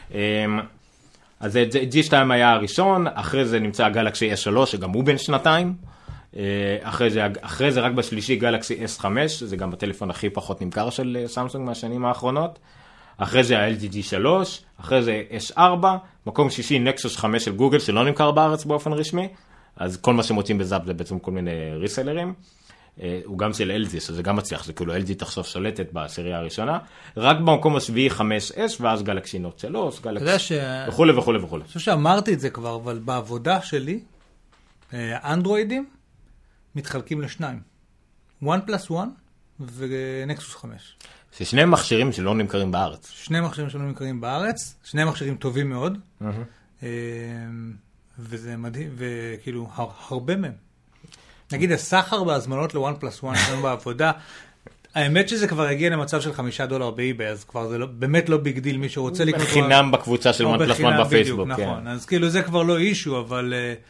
אז ג'י שתיים היה הראשון, אחרי זה נמצא הגלקסי אס שלוש, שגם הוא בן שנתיים. אחרי זה רק בשלישי גלקסי אס חמש, זה גם הטלפון הכי פחות נמכר של סמסונג מהשנים האחרונות. אחרי זה ה-אל ג'י ג'י שלוש, אחרי זה אס ארבע, מקום שישי נקסוס חמש של גוגל שלא נמכר בארץ באופן רשמי, אז כל מה שמוצאים בזאפ זה בעצם כל מיני ריסלרים. הוא גם של אל ג'י, שזה גם מצליח, זה כאילו אל ג'י תחשוב שולטת בסירייה הראשונה, רק במקום השביעי חמש אס, ואז גלקסי נוט שלוש, גלקסי וכו' וכו' וכו'. אני חושב שאמרתי את זה כבר, אבל בעבודה שלי, אנדרואידים מתחלקים לשניים. וואן פלוס וואן ונקסוס חמש. ששני מכשירים שלא נמכרים בארץ. שני מכשירים שלא נמכרים בארץ, שני מכשירים טובים מאוד, וזה מדהים, וכאילו הרבה מהם. נגיד, הסחר בהזמנות ל-וואן פלוס וואן שלנו בעבודה, האמת שזה כבר הגיע למצב של חמישה דולר באי-ביי, אז כבר זה באמת לא ביג דיל, מי שרוצה לקנות... בחינם בקבוצה של וואן פלוס וואן בפייסבוק. נכון, אז כאילו זה כבר לא אישו, אבל...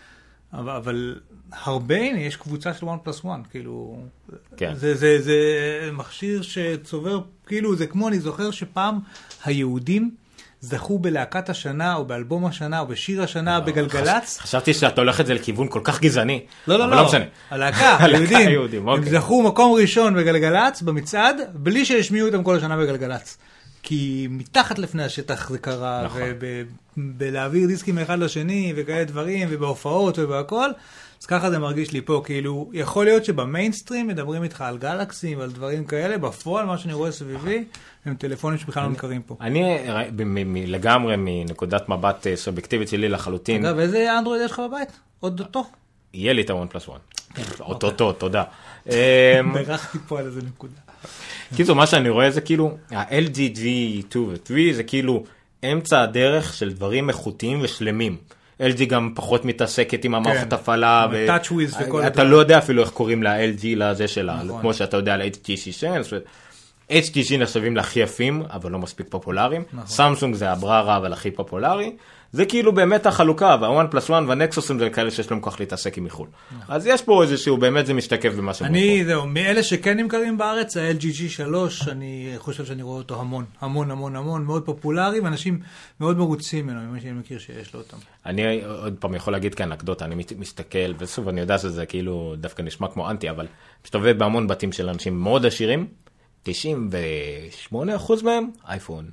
אבל הרבה, הנה, יש קבוצה של וואן פלוס וואן, כאילו, זה, זה, זה מכשיר שצובר, כאילו, זה כמו, אני זוכר שפעם היהודים זכו בלהקת השנה, או באלבום השנה, או בשיר השנה, בגלגלץ. חשבתי שאתה הולך את זה לכיוון כל כך גזעני. לא, לא, לא, הלהקה, היהודים, הם זכו מקום ראשון בגלגלץ, במצעד, בלי שהשמיעו אותם כל השנה בגלגלץ. כי מתחת לפני השטח זה קרה, ובלהעביר דיסקים מאחד לשני, וכאלה דברים, ובהופעות ובהכל, אז ככה זה מרגיש לי פה, כאילו, יכול להיות שבמיינסטרים מדברים איתך על גלקסים ועל דברים כאלה, בפועל מה שאני רואה סביבי, הם טלפונים שבכלל לא נקרים פה. אני לגמרי מנקודת מבט סובייקטיבית שלי לחלוטין. אגב, איזה אנדרואיד יש לך בבית? עוד אותו? יהיה לי את ה-וואן פלוס וואן. אותו, תודה. ברחתי פה על איזה נקודה. כאילו, מה שאני רואה זה כאילו, ה-אל ג'י ג'י שתיים ו-שלוש זה כאילו אמצע הדרך של דברים איכותיים ושלמים. אל ג'י גם פחות מתעסקת עם המערכת הפעלה, אתה לא יודע אפילו איך קוראים ל-אל ג'י לזה שלה, כמו שאתה יודע ל-אייץ' טי סי שש, אייץ' טי סי נחשבים להכי יפים, אבל לא מספיק פופולריים, סמסונג זה הבררה אבל הכי פופולרי, זה כאילו באמת החלוקה, וה-וואן פלוס וואן והנקסוסים זה כאלה שיש להם כוח להתעסק עם מחול. אז יש פה איזשהו, באמת זה משתקף במה שמות פה. אני, זהו, מאלה שכן נמכרים בארץ, ה-אל ג'י ג'י שלוש, אני חושב שאני רואה אותו המון, המון, המון, המון, מאוד פופולרי, ואנשים מאוד מרוצים ממנו, ממה שאני מכיר שיש לו אותם. אני עוד פעם יכול להגיד כאנקדוטה, אני מסתכל, וסוף אני יודע שזה כאילו דווקא נשמע כמו אנטי, אבל מסתובב בהמון בתים של אנשים מאוד עשירים, תשעים ושמונה אחוז מהם, אייפון.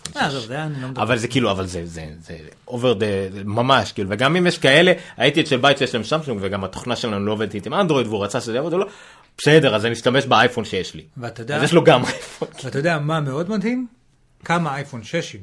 אבל זה כאילו, אבל זה, זה, זה over the, ממש, כאילו, וגם אם יש כאלה, הייתי אצל בית שיש להם סמסונג, וגם התוכנה שלנו לא עובדת עם אנדרואיד, והוא רצה שזה יעבוד או לא, בסדר, אז אני אשתמש באייפון שיש לי. אז יש לו גם אייפון. ואתה יודע מה מאוד מדהים? כמה אייפון ששים.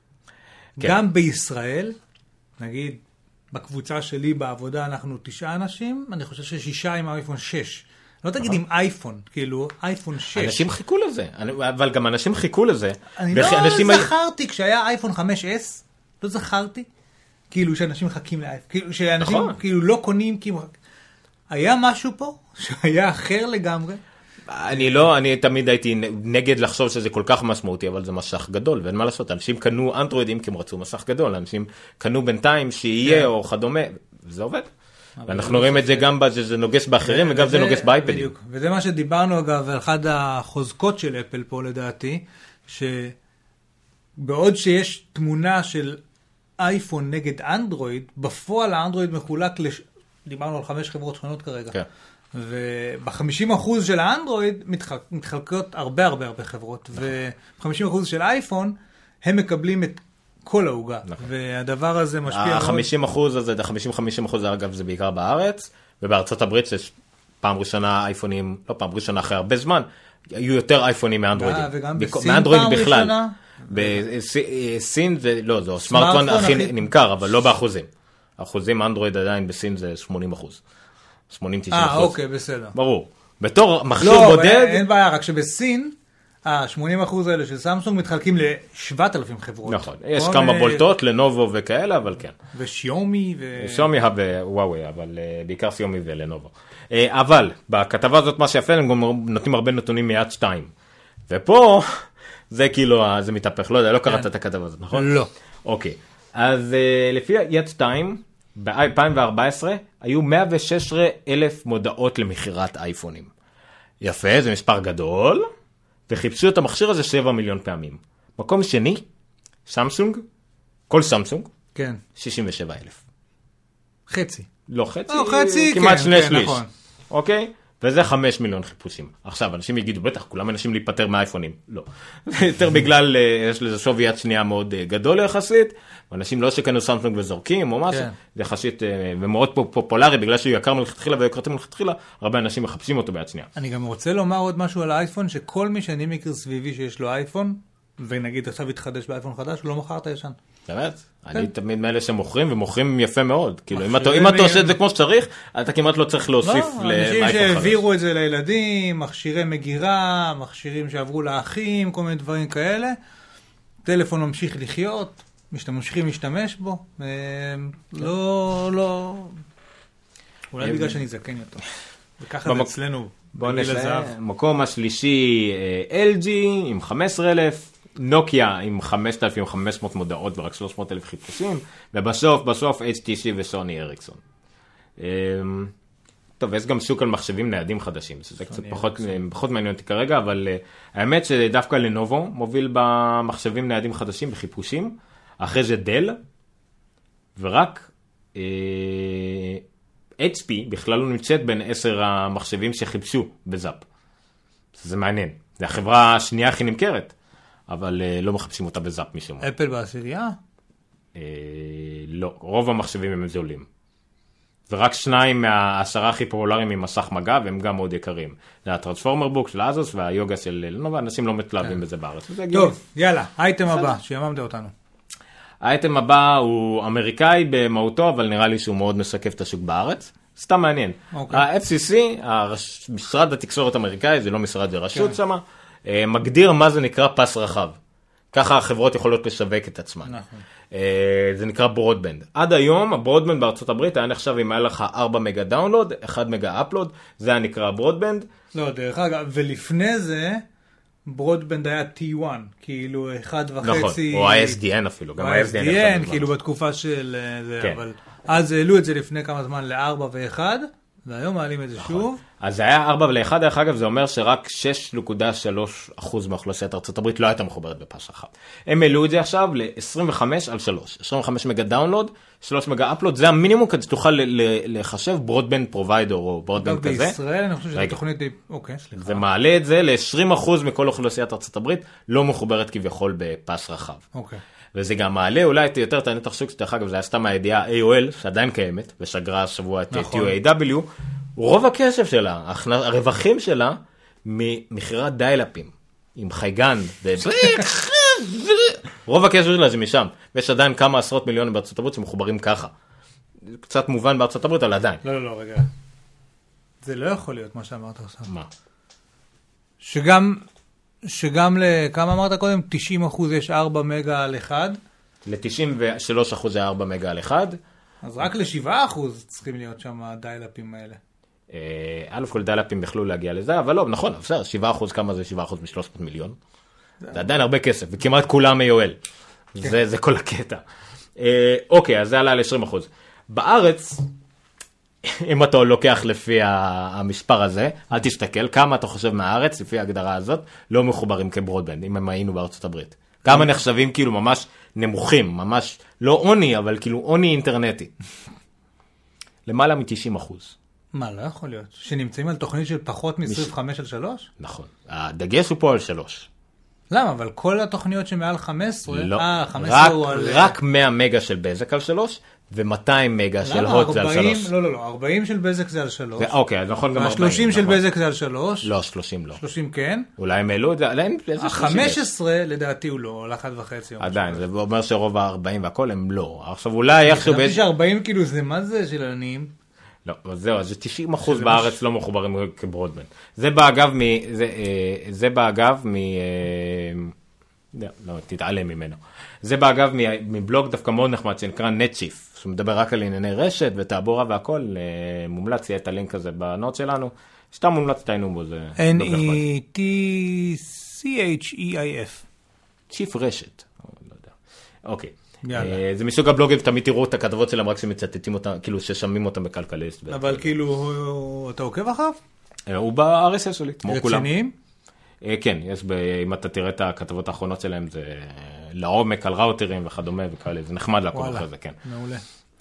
גם בישראל, נגיד, בקבוצה שלי בעבודה אנחנו תשעה אנשים, אני חושב ששישה עם אייפון שש. לא תגיד עם אייפון, כאילו, אייפון שש. אנשים חיכו לזה, אבל גם אנשים חיכו לזה. אני לא זכרתי, כשהיה אייפון חמש אס, לא זכרתי, כאילו שאנשים מחכים לאייפון, שאנשים כאילו לא קונים, היה משהו פה שהיה אחר לגמרי. אני לא, אני תמיד הייתי נגד לחשוב שזה כל כך משמעותי, אבל זה מסך גדול, ואין מה לעשות, אנשים קנו אנדרואידים כי הם רצו מסך גדול, אנשים קנו בינתיים שיהיה או כדומה, זה עובד. ואנחנו רואים את זה גם שזה נוגס באחרים, וגם זה נוגס באייפדים. וזה מה שדיברנו אגב, על אחד החוזקות של אפל פה לדעתי, שבעוד שיש תמונה של אייפון נגד אנדרואיד, בפועל האנדרואיד מחולק, דיברנו על חמש חברות שונות כרגע, וב-חמישים אחוז של האנדרואיד מתחלקות הרבה הרבה הרבה חברות, וב-חמישים אחוז של אייפון, הם מקבלים את כל העוגה. והדבר הזה משפיע מאוד. ה-חמישים אחוז הזה, ה-חמישים וחמישים אחוז אגב זה בעיקר בארץ, ובארצות הברית שיש פעם ראשונה אייפונים, לא פעם ראשונה אחרי הרבה זמן, היו יותר אייפונים מאנדרואידים. וגם בסין פעם ראשונה? בסין זה, לא, זה הסמארטפון הכי נמכר, אבל לא באחוזים. האחוזים אנדרואיד עדיין בסין זה שמונים אחוז. שמונים תשעים אחוז. אה, אוקיי, בסדר. ברור. בתור מכשיר לא, בודד... לא, אין בעיה, רק שבסין, ה-שמונים אחוז האלה של סמסונג מתחלקים ל-שבעת אלפים חברות. נכון, יש כמה בולטות, לנובו וכאלה, אבל כן. ושיומי ו... שיומי ווואווי, אבל בעיקר שיומי ולנובו. אבל בכתבה הזאת מה שיפה, הם גם נותנים הרבה נתונים מיד שתיים. ופה זה כאילו, זה מתהפך, לא יודע, לא קראת את הכתבה הזאת, נכון? לא. אוקיי, אז לפי יד שתיים, ב-אלפיים וארבע עשרה, היו מאה ושש עשרה אלף מודעות למכירת אייפונים. יפה, זה מספר גדול, וחיפשו את המכשיר הזה שבע מיליון פעמים. מקום שני, סמסונג, כל סמסונג, כן. שישים ושבע אלף. חצי. לא חצי, לא, חצי כמעט כן, שני כן, שליש. נכון. אוקיי? וזה חמש מיליון חיפושים. עכשיו, אנשים יגידו, בטח, כולם אנשים להיפטר מהאייפונים. לא. יותר בגלל, יש לזה שווי יד שנייה מאוד גדול יחסית, ואנשים לא שקנו סמסונג וזורקים או משהו, כן. זה יחסית ומאוד פופולרי, בגלל שהוא יקר מלכתחילה ויקרתם מלכתחילה, הרבה אנשים מחפשים אותו ביד שנייה. אני גם רוצה לומר עוד משהו על האייפון, שכל מי שאני מכיר סביבי שיש לו אייפון, ונגיד עכשיו יתחדש באייפון חדש, הוא לא מוכר את הישן. באמת? אני תמיד מאלה שמוכרים, ומוכרים יפה מאוד. כאילו, אם אתה עושה את זה כמו שצריך, אתה כמעט לא צריך להוסיף לאייפון חדש. אנשים שהעבירו את זה לילדים, מכשירי מגירה, מכשירים שעברו לאחים, כל מיני דברים כאלה. טלפון ממשיך לחיות, ממשיכים להשתמש בו. לא, לא... אולי בגלל שאני זקן יותר. וככה זה אצלנו. בוא נשאר. מקום השלישי, אל ג'י עם חמישה עשר אלף. נוקיה עם חמשת אלפים וחמש מאות מודעות ורק שלוש מאות אלף חיפושים, ובסוף, בסוף, אייץ' טי סי וסוני אריקסון. טוב, יש גם שוק על מחשבים ניידים חדשים, שזה קצת פחות, פחות מעניין אותי כרגע, אבל האמת שדווקא לנובו מוביל במחשבים ניידים חדשים בחיפושים, אחרי זה דל, ורק אייץ' פי בכלל לא נמצאת בין עשר המחשבים שחיפשו בזאפ. זה מעניין, זה החברה השנייה הכי נמכרת. אבל לא מחפשים אותה בזאפ משום. אפל בעשירייה? לא, רוב המחשבים הם זולים. ורק שניים מהעשרה הכי פופולריים עם מסך מגע, והם גם מאוד יקרים. זה הטרנספורמר בוק של אזוס והיוגה של לנובה, אנשים לא מתלהבים בזה בארץ. טוב, יאללה, האייטם הבא, שיממדה אותנו. האייטם הבא הוא אמריקאי במהותו, אבל נראה לי שהוא מאוד מסקף את השוק בארץ. סתם מעניין. ה-אף סי סי, משרד התקשורת האמריקאי, זה לא משרד, זה רשות שמה. מגדיר מה זה נקרא פס רחב. ככה החברות יכולות לשווק את עצמן. נכון. זה נקרא ברודבנד. עד היום, הברודבנד בארצות הברית היה נחשב אם היה לך ארבע מגה דאונלוד, אחד מגה אפלוד, זה היה נקרא ברודבנד. לא, דרך אגב, ולפני זה, ברודבנד היה טי וואן, כאילו אחד וחצי... נכון, או ה-אס די אן אפילו, גם ה-אס די אן. ה-אס די אן, כאילו בתקופה של זה, אבל אז העלו את זה לפני כמה זמן ל-ארבע ואחד, והיום מעלים את זה שוב. אז זה היה ארבע ול-אחד, דרך אגב, זה אומר שרק שש נקודה שלוש אחוז מאוכלוסיית ארצות הברית לא הייתה מחוברת בפס רחב. הם העלו את זה עכשיו ל-עשרים וחמש על שלוש. עשרים וחמש מגה דאונלוד, שלוש מגה אפלוד, זה המינימום כדי שתוכל לחשב ברודבנד פרוביידר או ברודבנד כזה. בישראל אני חושב שזה תוכנית די... אוקיי, סליחה. זה מעלה את זה ל-עשרים אחוז מכל אוכלוסיית ארצות הברית, לא מחוברת כביכול בפס רחב. אוקיי. וזה גם מעלה, אולי יותר תענת השוק, שדרך אגב, זה היה סתם הידיעה איי או אל, שעדיין קיימת, ושגרה השבוע את טי או איי דאבליו, רוב הכסף שלה, הרווחים שלה, ממכירת דיילאפים, עם חייגן, רוב הכסף שלה זה משם, ויש עדיין כמה עשרות מיליונים בארצות הברית שמחוברים ככה. קצת מובן בארצות הברית, אבל עדיין. לא, לא, לא, רגע. זה לא יכול להיות מה שאמרת עכשיו. מה? שגם... שגם לכמה אמרת קודם? תשעים אחוז יש ארבע מגה על אחד? ל-תשעים ושלושה אחוז זה ארבע מגה על אחד. אז רק ל-שבעה אחוז צריכים להיות שם הדיילאפים האלה. א' כל דיילאפים יכלו להגיע לזה, אבל לא, נכון, בסדר, שבעה אחוז כמה זה שבעה אחוז מ-שלוש מאות מיליון? זה עדיין הרבה כסף, וכמעט כולם איי או אל. זה כל הקטע. אוקיי, אז זה עלה ל-עשרים אחוז. בארץ... אם אתה לוקח לפי המספר הזה, אל תסתכל, כמה אתה חושב מהארץ, לפי ההגדרה הזאת, לא מחוברים כברודבנד, אם הם היינו בארצות הברית. כמה נחשבים כאילו ממש נמוכים, ממש לא עוני, אבל כאילו עוני אינטרנטי. למעלה מ-תשעים אחוז. מה, לא יכול להיות? שנמצאים על תוכנית של פחות מ-עשרים וחמש על שלוש? נכון. הדגש הוא פה על שלוש. למה? אבל כל התוכניות שמעל חמש עשרה, לא, אה, חמש עשרה רק, הוא על... רק מאה מגה של בזק על שלוש, ו-מאתיים מגה של הוט זה על שלוש. לא, לא, לא, ארבעים של בזק זה על שלוש. זה, אוקיי, אז נכון גם ארבעים. ה-שלושים של נכון. בזק זה על שלוש. לא, שלושים לא. שלושים כן. אולי הם העלו את זה, עליהם איזה שלושים. ה-חמש עשרה לדעתי הוא לא, על אחת וחצי. עדיין, זה אומר שרוב ה-ארבעים והכל הם לא. עכשיו אולי איכשהו... חשבתי ש-ארבעים כאילו זה מה זה של עניים? לא, אז זהו, אז זה תשעים אחוז בארץ לא מחוברים כברודבנד. זה באגב מ... זה, זה באגב מ... לא, לא, תתעלם ממנו. זה באגב מבלוג דווקא מאוד נחמד שנקרא נטשיף, שמדבר רק על ענייני רשת ותעבורה והכל, מומלץ יהיה את הלינק הזה בנוט שלנו. שאתה מומלץ תהיינו בו, זה... N E T C H E I F. צ'יף רשת. לא יודע. אוקיי. יאללה. זה מסוג הבלוגים, תמיד תראו את הכתבות שלהם רק שמצטטים אותם, כאילו ששמים אותם בכלכליסט. אבל כאילו, אתה עוקב אחריו? הוא ב-אר אס אס שלי, כמו כולם. רציניים? כן, יש, אם אתה תראה את הכתבות האחרונות שלהם, זה לעומק על ראוטרים וכדומה וכאלה, זה נחמד לעקוב אחרי זה, כן. מעולה.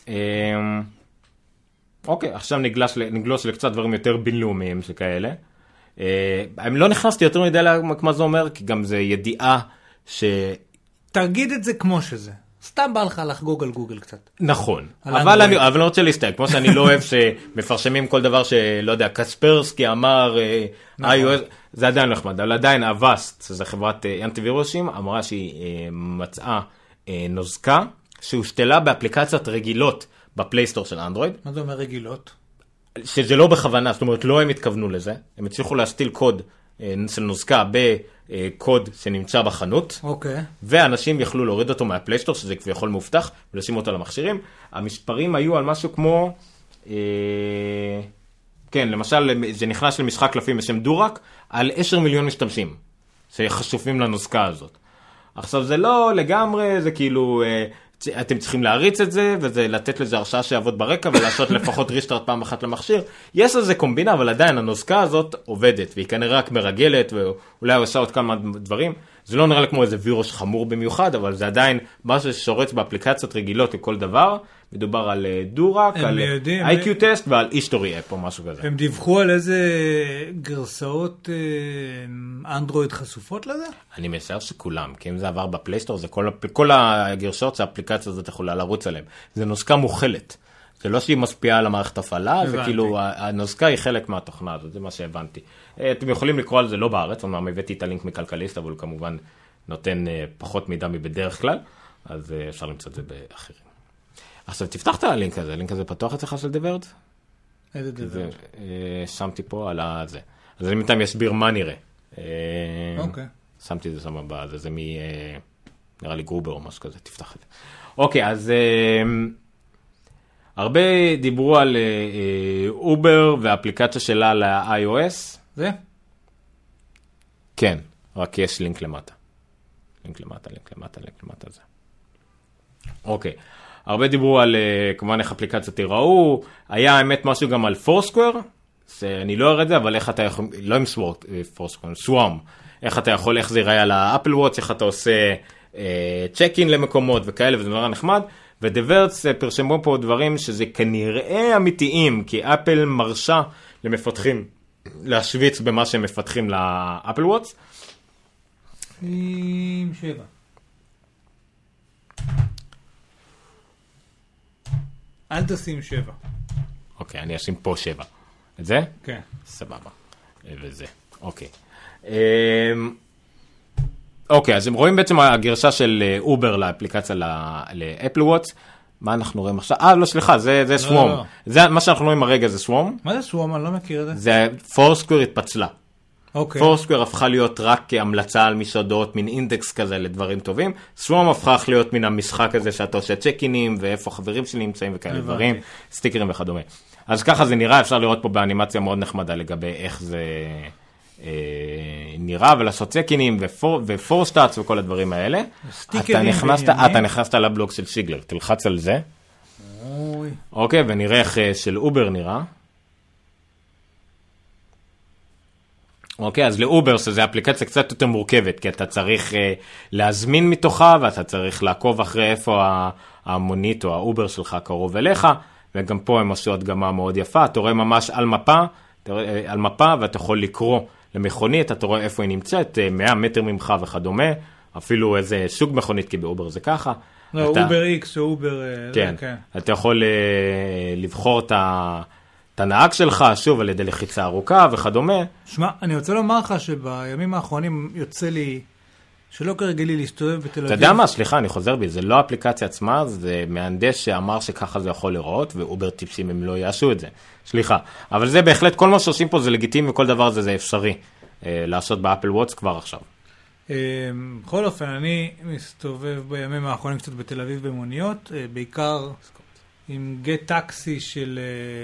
אוקיי, עכשיו נגלוש לקצת דברים יותר בינלאומיים שכאלה. אני לא נכנסתי יותר מדי מה זה אומר, כי גם זה ידיעה ש... תגיד את זה כמו שזה. סתם בא לך לחגוג על גוגל קצת. נכון, אבל אני, אבל אני רוצה להסתייג, כמו שאני לא אוהב שמפרשמים כל דבר שלא יודע, קספרסקי אמר, iOS, זה עדיין נחמד, אבל עדיין אבאסט, זו חברת אנטיווירוסים, אמרה שהיא מצאה נוזקה שהושתלה באפליקציות רגילות בפלייסטור של אנדרואיד. מה זה אומר רגילות? שזה לא בכוונה, זאת אומרת לא הם התכוונו לזה, הם הצליחו להשתיל קוד של נוזקה בקוד שנמצא בחנות, אוקיי. ואנשים יכלו להוריד אותו מהפלייסטור, שזה כביכול מובטח, ולשים אותו למכשירים. המספרים היו על משהו כמו, אה, כן, למשל, זה נכנס למשחק קלפים בשם דורק, על עשרה מיליון משתמשים, שחשופים לנוזקה הזאת. עכשיו זה לא לגמרי, זה כאילו, אה, אתם צריכים להריץ את זה, וזה לתת לזה הרשאה שיעבוד ברקע, ולעשות לפחות ריסטארט פעם אחת למכשיר. יש לזה קומבינה, אבל עדיין הנוזקה הזאת עובדת, והיא כנראה רק מרגלת, ואולי עושה עוד כמה דברים. זה לא נראה לי כמו איזה וירוס חמור במיוחד, אבל זה עדיין משהו ששורץ באפליקציות רגילות לכל דבר. מדובר על דורק, על איי קיו טסט ועל היסטורי אפ או משהו כזה. הם דיווחו על איזה גרסאות אנדרואיד חשופות לזה? אני משער שכולם, כי אם זה עבר בפלייסטור, זה כל, כל הגרסאות שהאפליקציה הזאת יכולה לרוץ עליהם. זה נוזקה מוכלת. זה לא שהיא משפיעה על המערכת הפעלה, זה כאילו, הנוזקה היא חלק מהתוכנה הזאת, זה מה שהבנתי. אתם יכולים לקרוא על זה לא בארץ, אומנם הבאתי את הלינק מכלכליסט, אבל הוא כמובן נותן פחות מידע מבדרך כלל, אז אפשר למצוא את זה באחרים. עכשיו, תפתח את הלינק הזה, הלינק הזה פתוח אצלך של דברד? איזה דברד? שמתי פה על זה. אז אני מתם יסביר מה נראה. אוקיי. שמתי את זה שם בזה, זה מ... נראה לי גרובר או משהו כזה, תפתח את זה. אוקיי, אז... הרבה דיברו על אובר והאפליקציה שלה ל-iOS. זה? כן, רק יש לינק למטה. לינק למטה, לינק למטה, לינק למטה זה. אוקיי. הרבה דיברו על כמובן איך אפליקציות תיראו. היה האמת משהו גם על פורסקוור. אני לא אראה את זה, אבל איך אתה יכול, לא עם פורסקוור, סוואם. איך אתה יכול, איך זה ייראה על האפל וואץ', איך אתה עושה צ'ק-אין למקומות וכאלה, וזה נורא נחמד. ודברץ פרשמו פה דברים שזה כנראה אמיתיים, כי אפל מרשה למפתחים להשוויץ במה שהם מפתחים לאפל וואץ'. עם שבע. אל תשים שבע. אוקיי, אני אשים פה שבע. את זה? כן. סבבה. וזה. אוקיי. אוקיי, אז הם רואים בעצם הגרשה של אובר לאפליקציה לאפל וואץ'. מה אנחנו רואים עכשיו? אה, לא, סליחה, זה סוואם. זה מה שאנחנו רואים הרגע, זה סוואם. מה זה סוואם? אני לא מכיר את זה. זה פורסקוור התפצלה. אוקיי. פורסקוור הפכה להיות רק כהמלצה על מסעדות, מין אינדקס כזה לדברים טובים. סוואם הפכה להיות מן המשחק הזה שאתה עושה צ'ק-אינים, ואיפה חברים שלי נמצאים וכאלה דברים, סטיקרים וכדומה. אז ככה זה נראה, אפשר לראות פה באנימציה מאוד נחמדה לגבי איך זה נראה, ולעשות צ'ק-אינים ופורסטאטס וכל הדברים האלה. אתה נכנסת לבלוג של שיגלר, תלחץ על זה. אוקיי, ונראה איך של אובר נראה. אוקיי, אז לאובר זה אפליקציה קצת יותר מורכבת, כי אתה צריך uh, להזמין מתוכה, ואתה צריך לעקוב אחרי איפה המונית או האובר שלך קרוב אליך, וגם פה הם עשו הדגמה מאוד יפה, אתה רואה ממש על מפה, על מפה, ואתה יכול לקרוא למכונית, אתה רואה איפה היא נמצאת, מאה מטר ממך וכדומה, אפילו איזה סוג מכונית, כי באובר זה ככה. לא, אתה, אובר איקס או אובר... כן, כן. אתה יכול uh, לבחור את, ה, את הנהג שלך, שוב, על ידי לחיצה ארוכה וכדומה. שמע, אני רוצה לומר לך שבימים האחרונים יוצא לי, שלא כרגלי להסתובב בתל אביב. אתה יודע מה? סליחה, אני חוזר בי, זה לא האפליקציה עצמה, זה מהנדס שאמר שככה זה יכול לראות, ואובר טיפסים הם לא יעשו את זה. סליחה. אבל זה בהחלט, כל מה שעושים פה זה לגיטימי, וכל דבר הזה זה אפשרי uh, לעשות באפל וואטס כבר עכשיו. בכל אופן, אני מסתובב בימים האחרונים קצת בתל אביב במוניות, בעיקר עם גט טקסי של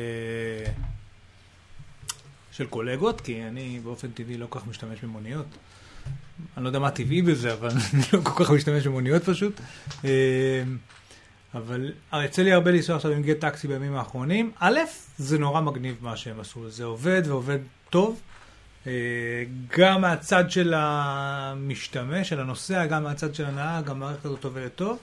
של קולגות, כי אני באופן טבעי לא כל כך משתמש במוניות. אני לא יודע מה טבעי בזה, אבל אני לא כל כך משתמש במוניות פשוט. אבל יצא לי הרבה לנסוע עכשיו עם גט טקסי בימים האחרונים. א', זה נורא מגניב מה שהם עשו, זה עובד ועובד טוב. גם מהצד של המשתמש, של הנוסע, גם מהצד של הנהג, גם מערכת הזאת עובדת טוב.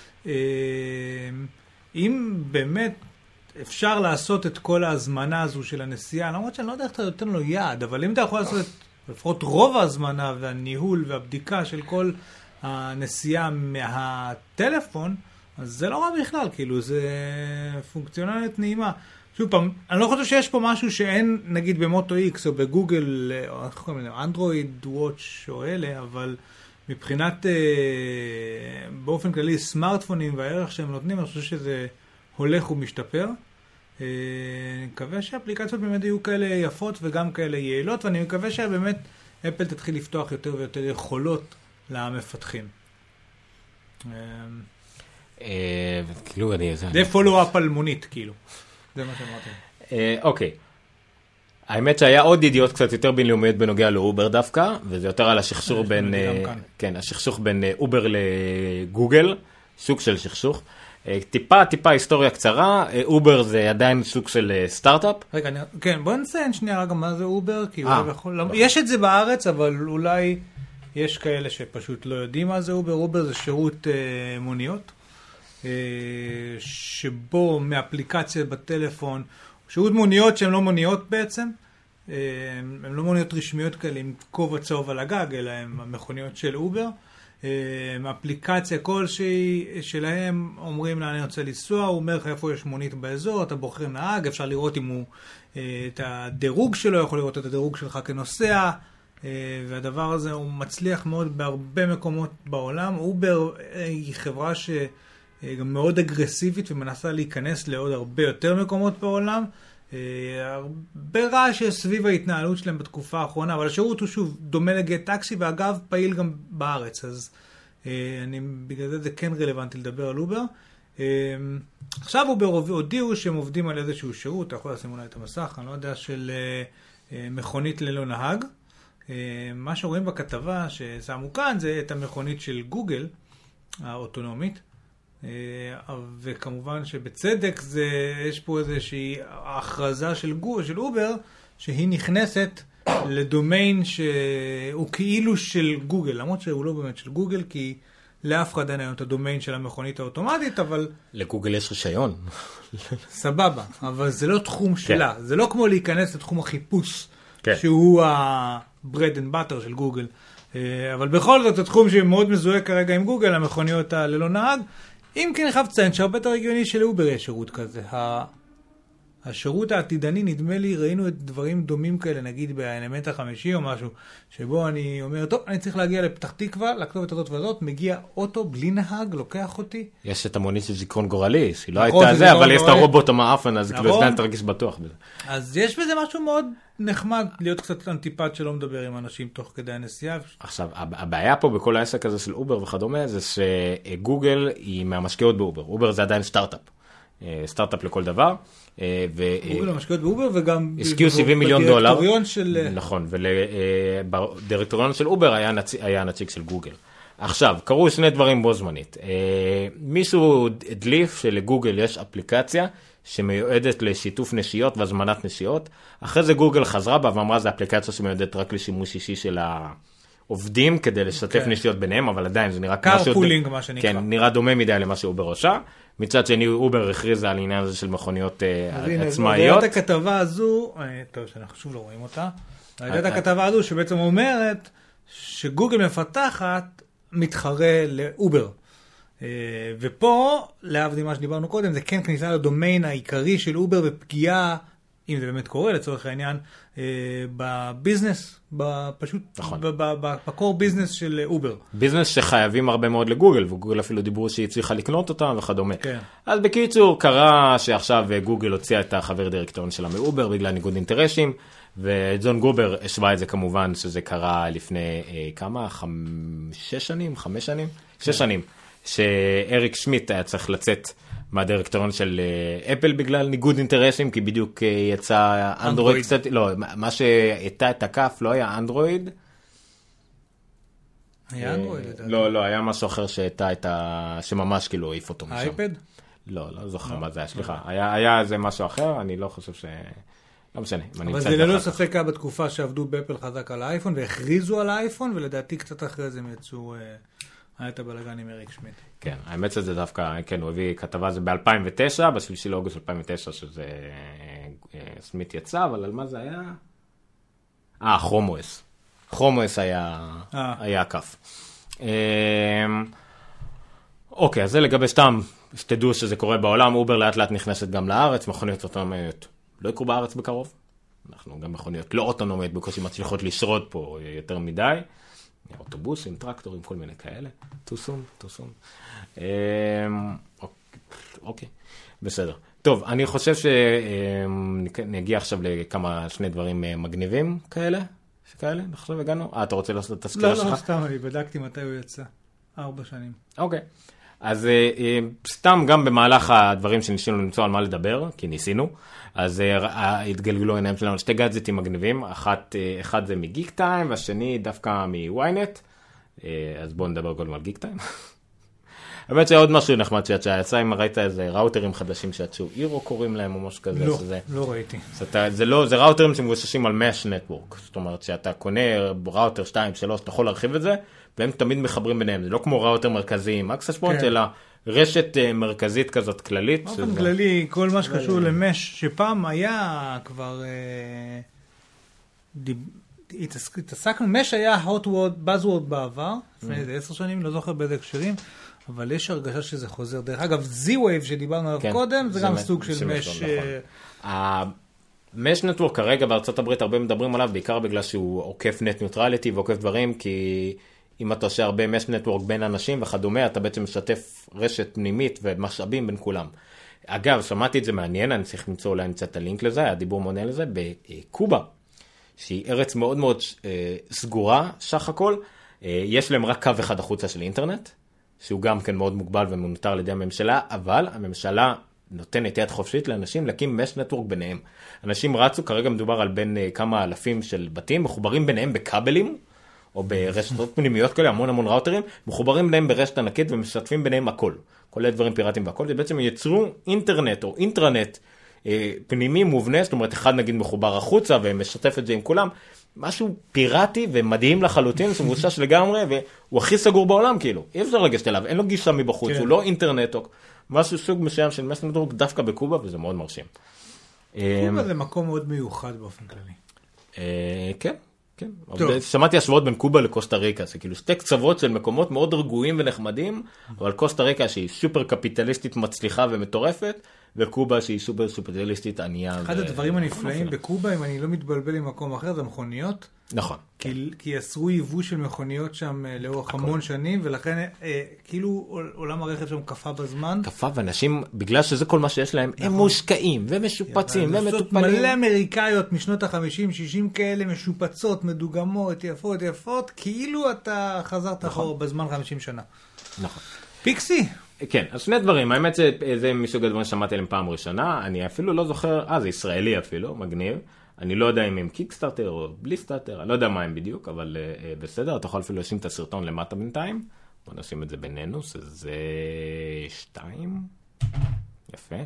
אם באמת אפשר לעשות את כל ההזמנה הזו של הנסיעה, למרות שאני לא יודע איך אתה נותן לו יד, אבל אם אתה יכול לעשות את לפחות רוב ההזמנה והניהול והבדיקה של כל הנסיעה מהטלפון, אז זה לא רע בכלל, כאילו זה פונקציונלית נעימה. שוב פעם, אני לא חושב שיש פה משהו שאין, נגיד במוטו איקס או בגוגל, או איך קוראים להם, אנדרואיד וואץ' או אלה, אבל מבחינת, אה, באופן כללי, סמארטפונים והערך שהם נותנים, אני חושב שזה הולך ומשתפר. אה, אני מקווה שהאפליקציות באמת יהיו כאלה יפות וגם כאלה יעילות, ואני מקווה שבאמת אפל תתחיל לפתוח יותר ויותר יכולות למפתחים. כאילו, אני... זה פולו-אפ על מונית, כאילו. זה מה שאמרתי. אוקיי. האמת שהיה עוד ידיעות קצת יותר בינלאומיות בנוגע לאובר דווקא, וזה יותר על השכשור בין... כן, השכשוך בין אובר לגוגל, סוג של שכשוך. טיפה, טיפה היסטוריה קצרה, אובר זה עדיין סוג של סטארט-אפ. רגע, כן, בוא נציין שנייה רגע מה זה אובר, כי יש את זה בארץ, אבל אולי יש כאלה שפשוט לא יודעים מה זה אובר. אובר זה שירות מוניות. שבו מאפליקציה בטלפון, שירות מוניות שהן לא מוניות בעצם, הן לא מוניות רשמיות כאלה עם כובע צהוב על הגג, אלא הן המכוניות של אובר. אפליקציה כלשהי שלהם אומרים לה אני רוצה לנסוע, הוא אומר לך איפה יש מונית באזור, אתה בוחר נהג, אפשר לראות אם הוא, את הדירוג שלו, יכול לראות את הדירוג שלך כנוסע, והדבר הזה הוא מצליח מאוד בהרבה מקומות בעולם. אובר היא חברה ש... גם מאוד אגרסיבית ומנסה להיכנס לעוד הרבה יותר מקומות בעולם. הרבה רעש סביב ההתנהלות שלהם בתקופה האחרונה, אבל השירות הוא שוב דומה לגט טקסי, ואגב פעיל גם בארץ, אז אני, בגלל זה זה כן רלוונטי לדבר על אובר. עכשיו אובר הודיעו שהם עובדים על איזשהו שירות, אתה יכול לשים אולי את המסך, אני לא יודע, של מכונית ללא נהג. מה שרואים בכתבה ששמו כאן זה את המכונית של גוגל, האוטונומית, וכמובן שבצדק זה, יש פה איזושהי הכרזה של גו, של אובר, שהיא נכנסת לדומיין שהוא כאילו של גוגל, למרות שהוא לא באמת של גוגל, כי לאף אחד אין היום את הדומיין של המכונית האוטומטית, אבל... לגוגל יש רישיון. סבבה, אבל זה לא תחום שלה. כן. זה לא כמו להיכנס לתחום החיפוש, כן. שהוא ה-bread and butter של גוגל. אבל בכל זאת, התחום שמאוד מזוהה כרגע עם גוגל, המכוניות ללא נהג, אם כן חייב לציין שהרבה יותר הגיוני שלאובר יש שירות כזה. השירות העתידני, נדמה לי, ראינו את דברים דומים כאלה, נגיד באלמנט החמישי או משהו, שבו אני אומר, טוב, אני צריך להגיע לפתח תקווה, לכתובת הזאת והזאת, מגיע אוטו בלי נהג, לוקח אותי. יש את המונית של זיכרון גורלי, שהיא לא הייתה זה, אבל יש את הרובוט המאפן, אז כאילו עדיין תרגיש בטוח בזה. אז יש בזה משהו מאוד נחמד, להיות קצת אנטיפט שלא מדבר עם אנשים תוך כדי הנסיעה. עכשיו, הבעיה פה בכל העסק הזה של אובר וכדומה, זה שגוגל היא מהמשקיעות באובר. אובר זה עדיין סטארט-אפ. סטארט-אפ לכל דבר. גוגל המשקיעות באובר וגם השקיעו שבעים מיליון דולר. בדירקטוריון של... נכון, ובדירקטוריון של אובר היה נציג של גוגל. עכשיו, קרו שני דברים בו זמנית. מישהו הדליף שלגוגל יש אפליקציה שמיועדת לשיתוף נשיות והזמנת נשיות. אחרי זה גוגל חזרה בה ואמרה, זו אפליקציה שמיועדת רק לשימוש אישי של העובדים כדי לשתף okay. נשיות ביניהם, אבל עדיין זה נראה קארפולינג, מה שנקרא. כן, נראה דומה מדי למה שאובר עושה. מצד שני, אובר הכריזה על עניין הזה של מכוניות עצמאיות. ואת הכתבה הזו, טוב, שאנחנו שוב לא רואים אותה, הייתה הכתבה הזו שבעצם אומרת שגוגל מפתחת מתחרה לאובר. ופה, להבדיל מה שדיברנו קודם, זה כן כניסה לדומיין העיקרי של אובר ופגיעה, אם זה באמת קורה לצורך העניין, בביזנס, פשוט בקור ביזנס של אובר. ביזנס שחייבים הרבה מאוד לגוגל, וגוגל אפילו דיברו שהיא צריכה לקנות אותם וכדומה. אז בקיצור, קרה שעכשיו גוגל הוציאה את החבר דירקטוריון שלה מאובר בגלל ניגוד אינטרסים, וג'ון גובר השווה את זה כמובן שזה קרה לפני כמה? שש שנים? חמש שנים? שש שנים. שאריק שמיט היה צריך לצאת מהדירקטוריון של אפל בגלל ניגוד אינטרסים, כי בדיוק יצא אנדרואיד קצת, לא, מה שהייתה את הכף לא היה אנדרואיד. היה אנדרואיד? לא, לא, היה משהו אחר שהייתה את ה... שממש כאילו העיף אותו משם. האייפד? לא, לא זוכר מה זה היה, סליחה. היה איזה משהו אחר, אני לא חושב ש... לא משנה. אבל זה ללא ספק היה בתקופה שעבדו באפל חזק על האייפון, והכריזו על האייפון, ולדעתי קצת אחרי זה הם יצאו... היה את הבלגן עם אריק שמיט. כן, האמת שזה דווקא, כן, הוא הביא כתבה זה ב-אלפיים ותשע, בשלישי לאוגוסט אלפיים ותשע, שזה סמית יצא, אבל על מה זה היה? אה, כרום-או-אס. כרום-או-אס היה, היה הכף. אוקיי, אז זה לגבי סתם, שתדעו שזה קורה בעולם, אובר לאט לאט נכנסת גם לארץ, מכוניות אוטונומיות לא יקרו בארץ בקרוב. אנחנו גם מכוניות לא אוטונומיות, בקושי מצליחות לשרוד פה יותר מדי. אוטובוסים, טרקטורים, כל מיני כאלה. תוסום, תוסום. אוקיי, בסדר. טוב, אני חושב שנגיע עכשיו לכמה, שני דברים מגניבים כאלה, שכאלה, עכשיו הגענו. אה, אתה רוצה לעשות את הסקירה שלך? לא, לא, סתם, אני בדקתי מתי הוא יצא. ארבע שנים. אוקיי. אז סתם גם במהלך הדברים שניסינו למצוא על מה לדבר, כי ניסינו, אז התגלגלו עיניים שלנו שתי גאדג'טים מגניבים, אחת, אחד זה מגיק טיים, והשני דווקא מוויינט, אז בואו נדבר קודם על גיק טיים. האמת שעוד משהו נחמד שיצא, יצא אם ראית איזה ראוטרים חדשים שיצאו, אירו קוראים להם או משהו כזה. לא, שזה, לא ראיתי. זה, זה, לא, זה ראוטרים שמבוססים על מש נטוורק, זאת אומרת שאתה קונה ראוטר שתיים, שלוש, אתה יכול להרחיב את זה, והם תמיד מחברים ביניהם, זה לא כמו ראוטר מרכזי עם אקסס פוינט, אלא רשת מרכזית כזאת כללית. באופן כללי, כל מה שקשור למש, שפעם היה כבר, התעסקנו, מש היה hot word, buzzword בעבר, לפני איזה עשר שנים, לא זוכר באיזה הקשרים, אבל יש הרגשה שזה חוזר. דרך אגב, Z-Wave שדיברנו עליו קודם, זה גם סוג של מש. המש נטוורק כרגע בארצות הברית הרבה מדברים עליו, בעיקר בגלל שהוא עוקף נט ניוטרליטי ועוקף דברים, כי אם אתה עושה הרבה מש נטוורק בין אנשים וכדומה, אתה בעצם משתף רשת פנימית ומשאבים בין כולם. אגב, שמעתי את זה מעניין, אני צריך למצוא אולי נמצא את הלינק לזה, היה דיבור מעניין לזה, בקובה, שהיא ארץ מאוד מאוד סגורה, שח הכל, יש להם רק קו אחד החוצה של אינטרנט, שהוא גם כן מאוד מוגבל ומונותר על ידי הממשלה, אבל הממשלה נותנת יד חופשית לאנשים להקים מש נטוורק ביניהם. אנשים רצו, כרגע מדובר על בין כמה אלפים של בתים, מחוברים ביניהם בכבלים, או ברשתות פנימיות כאלה, המון המון ראוטרים, מחוברים ביניהם ברשת ענקית ומשתפים ביניהם הכל. כל הדברים פיראטיים והכל, זה בעצם יצרו אינטרנט או אינטרנט אה, פנימי מובנה, זאת אומרת, אחד נגיד מחובר החוצה ומשתף את זה עם כולם, משהו פיראטי ומדהים לחלוטין, שמבוסס לגמרי, והוא הכי סגור בעולם כאילו, אי אפשר לגשת אליו, אין לו גישה מבחוץ, כן. הוא לא אינטרנט, או משהו סוג מסוים של מש נטוורק דווקא בקובה, וזה מאוד מרשים. קובה זה מקום מאוד מיוחד באופן כללי. אה, כן. כן, שמעתי השוואות בין קובה לקוסטה ריקה, זה כאילו שתי קצוות של מקומות מאוד רגועים ונחמדים, אבל קוסטה ריקה שהיא סופר קפיטליסטית מצליחה ומטורפת, וקובה שהיא סופר סופרליסטית ענייה. אחד הדברים הנפלאים בקובה, אם אני לא מתבלבל עם מקום אחר, זה מכוניות. נכון. כי אסרו ייבוא של מכוניות שם לאורך המון שנים, ולכן כאילו עולם הרכב שם קפה בזמן. קפה, ואנשים, בגלל שזה כל מה שיש להם, הם מושקעים ומשופצים ומטופלים. מלא אמריקאיות משנות ה-חמישים שישים כאלה משופצות, מדוגמות, יפות, יפות, כאילו אתה חזרת אחורה בזמן חמישים שנה. נכון. פיקסי. כן, אז שני דברים, האמת שזה מסוג הדברים ששמעתי עליהם פעם ראשונה, אני אפילו לא זוכר, אה, זה ישראלי אפילו, מגניב, אני לא יודע אם הם קיקסטארטר או בלי סטארטר, אני לא יודע מה הם בדיוק, אבל אה, בסדר, אתה יכול אפילו לשים את הסרטון למטה בינתיים, בוא נשים את זה בינינו, שזה שתיים, יפה.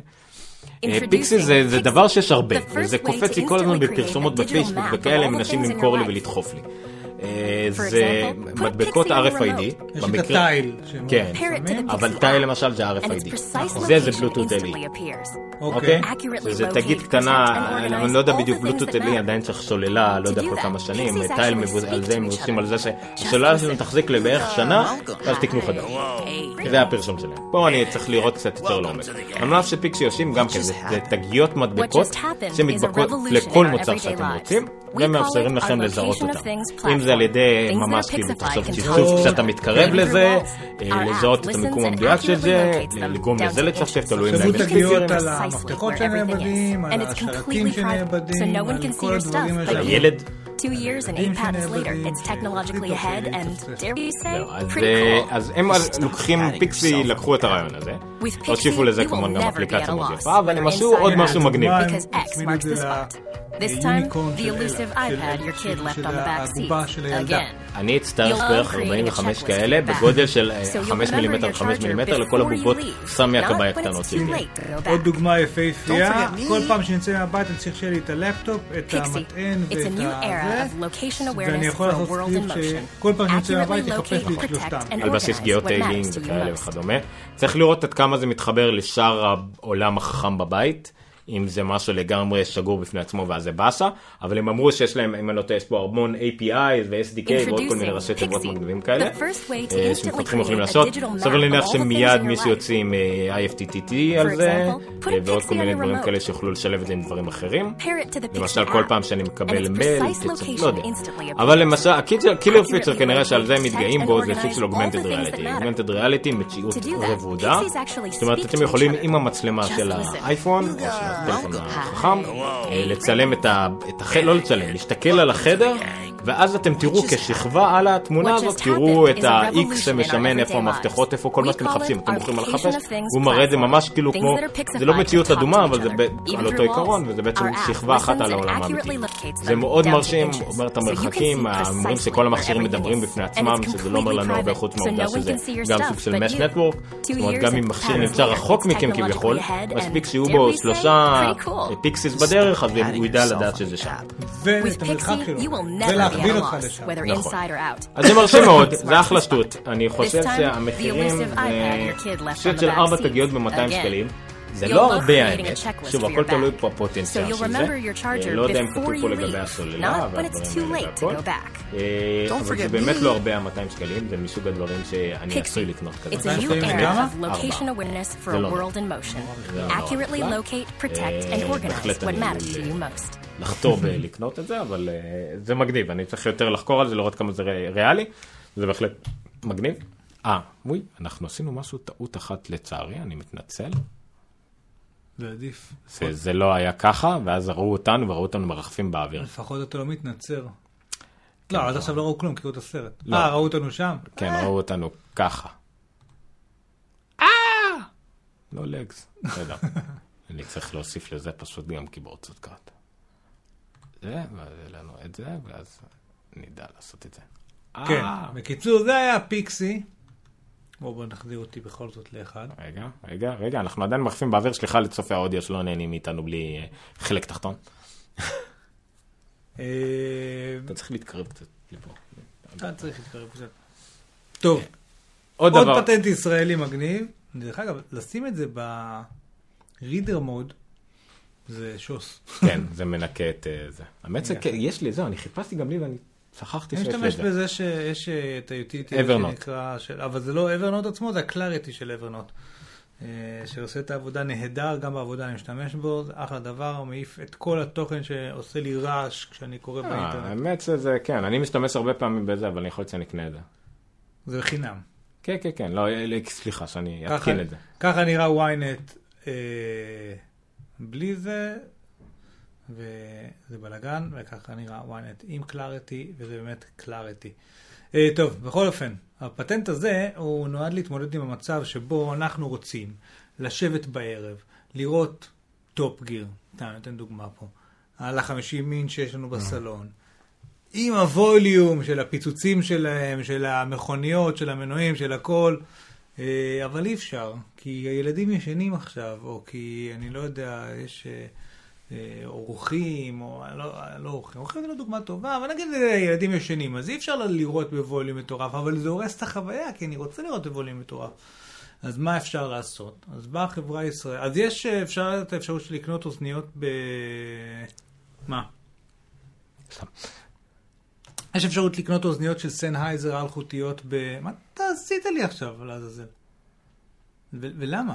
פיקסי זה, זה דבר שיש הרבה, וזה קופץ לי כל הזמן בפרסומות בפייסבוק, וכאלה הם אנשים למכור לי ולדחוף לי. זה מדבקות אר אף איי די. יש את הטייל. כן, אבל טייל למשל זה אר אף איי די. זה זה בלוטות אל אי. אוקיי? זה תגיד קטנה, אני לא יודע בדיוק בלוטות אל אי, עדיין צריך סוללה, לא יודע כל כמה שנים, טייל על זה, הם עושים על זה שהסוללה שלנו תחזיק לבערך שנה, ואז תקנו חדש. זה הפרסום שלהם. פה אני צריך לראות קצת יותר לעומק. המנף שפיקסי עושים גם כן, זה תגיות מדבקות שמדבקות לכל מוצר שאתם רוצים, ומאפשרים לכם לזהות אותם. אם זה על ידי ממש כאילו תחשוב שיתוף שאתה מתקרב לזה, לזהות את המיקום המדויק של זה, לגרום לזה לצפצף, תלוי אם להם יש תגיות על המפתחות שנאבדים, על השרתים שנאבדים, על כל הדברים האלה. על הילד. Two years and eight patents later, it's technologically ahead and, dare we say, pretty cool. אז הם לוקחים, פיקסי לקחו את הרעיון הזה, הוסיפו לזה כמובן גם אפליקציה מאוד יפה, אבל הם עשו עוד משהו מגניב. Because X marks the spot. This time, the elusive iPad your kid left on the back seat. Again. אני אצטרך בערך ארבעים וחמש כאלה, בגודל של חמש מילימטר חמש מילימטר, לכל הבובות סמי הקבאי הקטנות שלי. עוד דוגמה יפהפייה, כל פעם שנצא מהבית אני צריך שיהיה לי את הלפטופ, את המטען ואת הזה, ואני יכול לעשות סקריפט שכל פעם שנצא מהבית יחפש לי את שלושתם. על בסיס גיאוטיילינג וכאלה וכדומה. צריך לראות עד כמה זה מתחבר לשאר העולם החכם בבית. אם זה משהו לגמרי שגור בפני עצמו ואז זה באסה, אבל הם אמרו שיש להם, אם אני לא טועה, יש פה המון איי פי איי ו-אס די קיי ועוד כל מיני ראשי תיבות מגניבים כאלה, שמפתחים יכולים לעשות. סבל להניח שמיד מישהו יוצא עם איי אף טי טי טי על זה, ועוד כל מיני דברים כאלה שיוכלו לשלב את זה עם דברים אחרים. למשל, כל פעם שאני מקבל מייל, לא יודע. אבל למשל, הקילר פיצ'ר כנראה שעל זה הם מתגאים בו, זה סוג של אוגמנטד ריאליטי. אוגמנטד ריאליטי, מציאות רבודה. זאת אומרת, אתם יכולים עם המצלמה של האייפון, או של הטלפון החכם, לצלם את החדר, לא לצלם, להסתכל על החדר, ואז אתם תראו כשכבה על התמונה הזאת, תראו את ה-X שמשמן איפה המפתחות, איפה כל מה שאתם מחפשים, אתם מוכרים על לחפש, הוא מראה את זה ממש כאילו כמו, זה לא מציאות אדומה, אבל זה על אותו עיקרון, וזה בעצם שכבה אחת על העולם האמיתי. זה מאוד מרשים, אומר את המרחקים, אומרים שכל המכשירים מדברים בפני עצמם, שזה לא אומר לנו הרבה חוץ מהעובדה שזה גם סוג של mesh network, זאת אומרת גם אם מכשיר נמצא רחוק מכם כביכול, מספיק שיהיו בו שלושה פיקסיס בדרך, אז הוא ידע לדעת שזה שם. ואת המרחק שלו, ולהכווין אותך לשם. נכון. אז זה מרשים מאוד, זה אחלה שטות. אני חושב שהמחירים, שטות של ארבע תגיות ב-מאתיים שקלים, זה לא הרבה האמת, שוב, הכל תלוי פה הפוטנציאל של זה, לא יודע אם כתוב פה לגבי הסוללה, אבל זה באמת לא הרבה ה-מאתיים שקלים, זה מסוג הדברים שאני עשוי לקנות כזה. It's a new era of location awareness for a world in motion. Accurately locate, protect and organize what matters to you most. לחתור בלקנות את זה, אבל זה מגניב, אני צריך יותר לחקור על זה, לראות כמה זה ריאלי, זה בהחלט מגניב. אה, וואי, אנחנו עשינו משהו, טעות אחת לצערי, אני מתנצל. זה עדיף. זה, זה לא היה ככה, ואז ראו אותנו, וראו אותנו מרחפים באוויר. לפחות אתה לא מתנצר. לא, עד עכשיו לא ראו כלום, קראו את הסרט. אה, ראו אותנו שם? כן, ראו אותנו ככה. אה! לא לגס. בסדר. אני צריך להוסיף לזה פשוט גם קיבורד צודקות. זה, ואז לנו את זה, ואז נדע לעשות את זה. כן, בקיצור, זה היה פיקסי. בואו בוא נחזיר אותי בכל זאת לאחד. רגע, רגע, רגע, אנחנו עדיין מרחפים באוויר, סליחה לצופי האודיו שלא נהנים מאיתנו בלי חלק תחתון. אתה צריך להתקרב קצת לפה. אתה צריך להתקרב קצת. טוב, עוד פטנט ישראלי מגניב. דרך אגב, לשים את זה ב-reader mode, זה שוס. כן, זה מנקה את זה. האמת זה, יש לי, זהו, אני חיפשתי גם לי ואני... שכחתי שיש לזה. אני משתמש בזה שיש את ה-utility שנקרא, אבל זה לא Evernote עצמו, זה ה-Clarity של Evernote, שעושה את העבודה נהדר, גם בעבודה אני משתמש בו, זה אחלה דבר, מעיף את כל התוכן שעושה לי רעש כשאני קורא באינטרנט. האמת שזה, כן, אני משתמש הרבה פעמים בזה, אבל אני יכול לציין לקנה את זה. זה חינם. כן, כן, כן, לא, סליחה, שאני אתקין את זה. ככה נראה וויינט בלי זה, וזה בלגן, וככה נראה וויינט עם קלאריטי, וזה באמת קלאריטי. טוב, בכל אופן, הפטנט הזה הוא נועד להתמודד עם המצב שבו אנחנו רוצים לשבת בערב, לראות טופ גיר, אני נותן דוגמה פה, על ה-חמישים אינץ' שיש לנו בסלון, עם הווליום של הפיצוצים שלהם, של המכוניות, של המנועים, של הכל, אבל אי אפשר, כי הילדים ישנים עכשיו, או כי אני לא יודע, יש... אורחים, או לא אורחים, אורחים זה לא דוגמה טובה, אבל נגיד ילדים ישנים, אז אי אפשר לראות בווליום מטורף, אבל זה הורס את החוויה, כי אני רוצה לראות בווליום מטורף. אז מה אפשר לעשות? אז באה החברה ישראל, אז יש אפשר את האפשרות של לקנות אוזניות ב... מה? יש אפשרות לקנות אוזניות של סנהייזר אלחוטיות ב... מה אתה עשית לי עכשיו לעזאזל? ו- ולמה?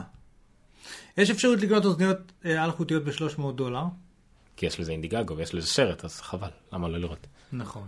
יש אפשרות לקנות אוזניות אלחוטיות ב-שלוש מאות דולר. כי יש לזה אינדיגגו ויש לזה שרת, אז חבל. למה לא לראות? נכון.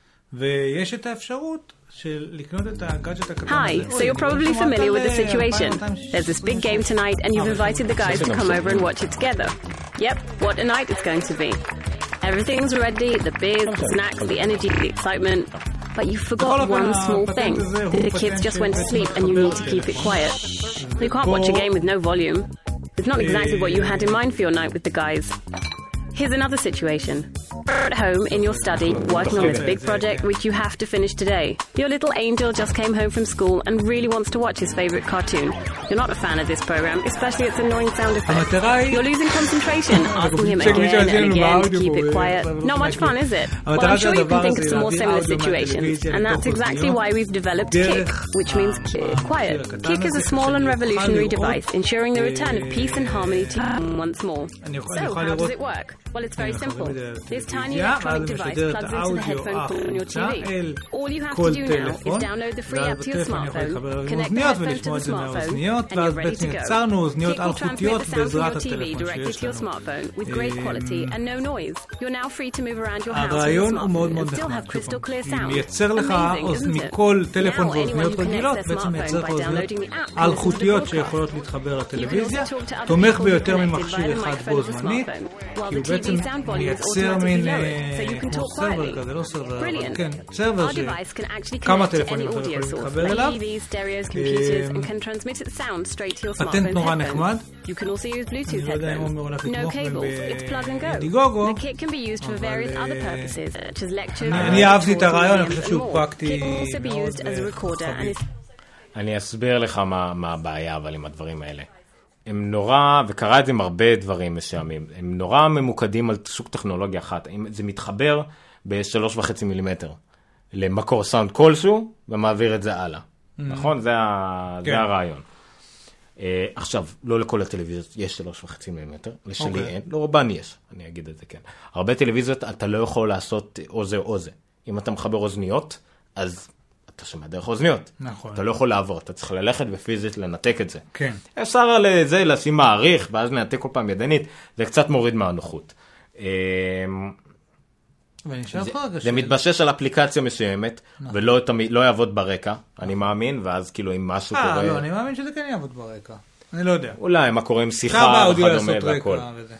ויש את האפשרות של לקנות את הגאדג'ט הקטן Hi, so you're probably familiar with the situation. There's this big game tonight and you've invited the guys to come over and watch it together. Yep, what a night it's going to be. Everything's ready, the beers, the snacks, the energy, the excitement. But you forgot one small thing. The kids just went to sleep and you need to keep it quiet. You can't watch a game with no volume. It's not exactly what you had in mind for your night with the guys. Here's another situation. You're at home in your study working on this big project which you have to finish today. Your little angel just came home from school and really wants to watch his favorite cartoon. You're not a fan of this program, especially its annoying sound effects. You're losing concentration, asking him again and again to keep it quiet. Not much fun, is it? Well, I'm sure you can think of some more similar situations, and that's exactly why we've developed Kick, which means quiet. Kick is a small and revolutionary device, ensuring the return of peace and harmony to you once more. So, how does it work? Well, it's very simple. This tiny electronic device plugs into the headphone port on your T V. All you have to do now is download the free app to your smartphone, connect the headphone to the smartphone, and you're ready to go. Kick will transmit the sound from your T V directly to your smartphone with great quality and no noise. You're now free to move around your house with your smartphone and still have crystal clear sound. Amazing, isn't it? Now anyone who connects their smartphone by downloading the app can listen to the broadcast. You can also talk to other people who connected via the microphone of the smartphone, while the T V sound volume is automatically lowered, so you can talk quietly. Brilliant. Our device can actually connect to any audio source, like T Vs, stereos, computers, and can transmit its sound straight to your smartphone headphones. You can also use Bluetooth headphones. No cables, it's plug and go. The kit can be used for various other purposes, such as lectures, and more. Kit can also be used as a recorder and is... אני אסביר לך מה, מה הבעיה אבל עם הדברים האלה. הם נורא, וקרה את זה עם הרבה דברים מסוימים, הם נורא ממוקדים על סוג טכנולוגיה אחת. זה מתחבר ב-שלוש וחצי מילימטר למקור סאונד כלשהו, ומעביר את זה הלאה. נכון? זה, ה... זה הרעיון. Uh, עכשיו, לא לכל הטלוויזיות יש שלוש וחצי מילימטר, לשלי אין, לא רובן יש, אני אגיד את זה כן. הרבה טלוויזיות אתה לא יכול לעשות או זה או זה. אם אתה מחבר אוזניות, אז... אתה שומע דרך אוזניות. נכון. אתה לא יכול לעבור, אתה צריך ללכת ופיזית לנתק את זה. כן. אפשר על זה לשים מעריך, ואז לנתק כל פעם ידנית, זה קצת מוריד מהנוחות. זה מתבשש על אפליקציה מסוימת, ולא לא יעבוד ברקע, אני מאמין, ואז כאילו אם משהו קורה... אה, לא, אני מאמין שזה כן יעבוד ברקע. אני לא יודע. אולי, מה קורה עם שיחה וכדומה והכל.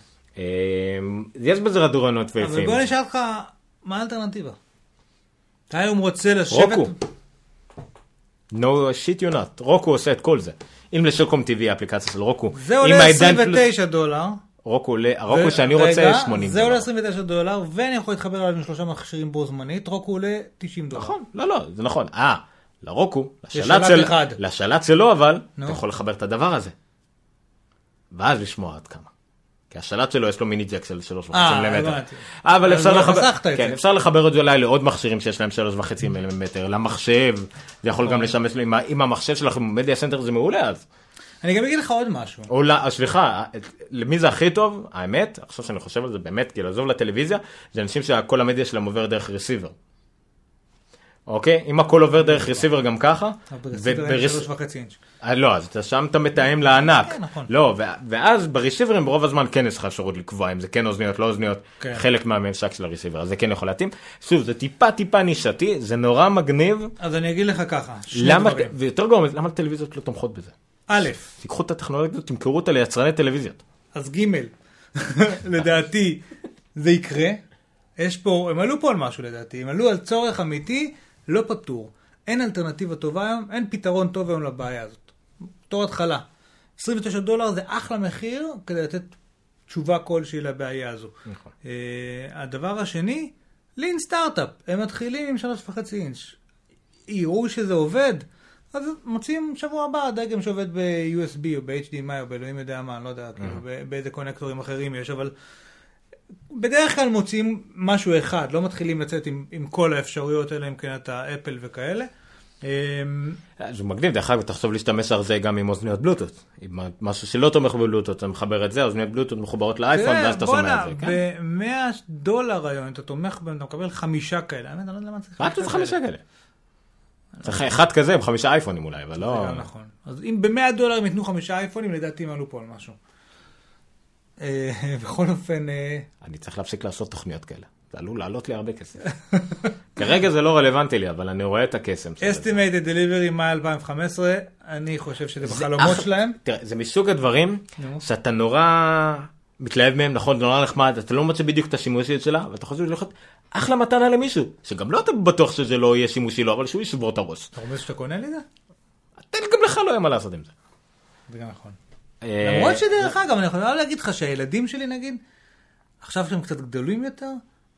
יש בזה רדורנות ויפים. אבל בוא נשאל לך, מה האלטרנטיבה? אתה היום רוצה לשבת... רוקו. No shit you not. רוקו עושה את כל זה. אם לשוקום טבעי האפליקציה של רוקו. זה עולה עשרים ותשע דולר. רוקו, הרוקו שאני רוצה שמונים דולר. זה עולה עשרים ותשע דולר, ואני יכול להתחבר עליו עם שלושה מכשירים בו זמנית. רוקו עולה תשעים דולר. נכון, לא, לא, זה נכון. אה, לרוקו, לשלט שלו אבל, אתה יכול לחבר את הדבר הזה. ואז לשמוע עד כמה. כי השלט שלו יש לו מיני ג'ק של שלוש וחצי מילימטר. אבל אפשר לחבר את זה אולי לעוד מכשירים שיש להם שלוש וחצי מילימטר, למחשב, זה יכול גם לשמש, אם המחשב שלכם מדיה סנטר זה מעולה אז. אני גם אגיד לך עוד משהו. סליחה, למי זה הכי טוב? האמת, עכשיו שאני חושב על זה באמת, כי לעזוב לטלוויזיה, זה אנשים שכל המדיה שלהם עובר דרך רסיבר. אוקיי? אם הכל עובר דרך רסיבר גם ככה. ברסיבר אין שלוש וחצי אינץ'. לא, אז אתה שם אתה מתאם לענק. לא, ואז ברסיברים ברוב הזמן כן יש לך אפשרות לקבוע, אם זה כן אוזניות, לא אוזניות, חלק מהממשק של הרסיבר, אז זה כן יכול להתאים. שוב, זה טיפה טיפה נישתי, זה נורא מגניב. אז אני אגיד לך ככה, שני דברים. ויותר גורם, למה הטלוויזיות לא תומכות בזה? א', תיקחו את הטכנולוגיה, תמכרו אותה ליצרני טלוויזיות. אז ג', לדעתי, זה יקרה. יש פה, הם עלו פה על משהו לדעתי, הם עלו על צורך אמיתי, לא פתור. אין אלטרנטיבה טובה היום, אין פתרון טוב היום לבעיה הזאת. תור התחלה. עשרים ותשע דולר זה אחלה מחיר כדי לתת תשובה כלשהי לבעיה הזו. נכון. Uh, הדבר השני, לין סטארט-אפ. הם מתחילים עם שלוש וחצי אינץ'. יראו שזה עובד, אז מוצאים שבוע הבא דגם שעובד ב-יו אס בי או ב-אייץ' די אם איי או באלוהים יודע מה, אני לא יודע, כאילו, באיזה קונקטורים אחרים יש, אבל בדרך כלל מוצאים משהו אחד, לא מתחילים לצאת עם, עם כל האפשרויות האלה, עם קנת האפל וכאלה. זה מגניב, דרך אגב, תחשוב להשתמש על זה גם עם אוזניות בלוטות. משהו שלא תומך בבלוטות, אתה מחבר את זה, אוזניות בלוטות מחוברות לאייפון, ואז אתה שומע את זה, כן? ב-מאה דולר היום, אתה תומך בהם, אתה מקבל חמישה כאלה. אני לא יודע למה צריך מה אתה צריך חמישה כאלה? צריך אחד כזה עם חמישה אייפונים אולי, אבל לא... זה גם נכון. אז אם ב-מאה דולר הם יתנו חמישה אייפונים, לדעתי הם עלו פה על משהו. בכל אופן... אני צריך להפסיק לעשות תוכניות כאלה. זה עלול לעלות לי הרבה כסף. כרגע זה לא רלוונטי לי, אבל אני רואה את הקסם. Estimated Delivery מאי אלפיים וחמש עשרה, אני חושב שזה בחלומות שלהם. תראה, זה מסוג הדברים שאתה נורא מתלהב מהם, נכון, נורא נחמד, אתה לא מוצא בדיוק את השימושיות שלה, ואתה חושב שלכת אחלה מתנה למישהו, שגם לא אתה בטוח שזה לא יהיה שימושי לו, אבל שהוא ישבור את הראש. אתה אומר שאתה קונה לי זה? אתה גם לך לא יהיה מה לעשות עם זה. זה גם נכון. למרות שדרך אגב, אני יכולה להגיד לך שהילדים שלי נגיד, עכשיו שהם קצת גדולים יותר,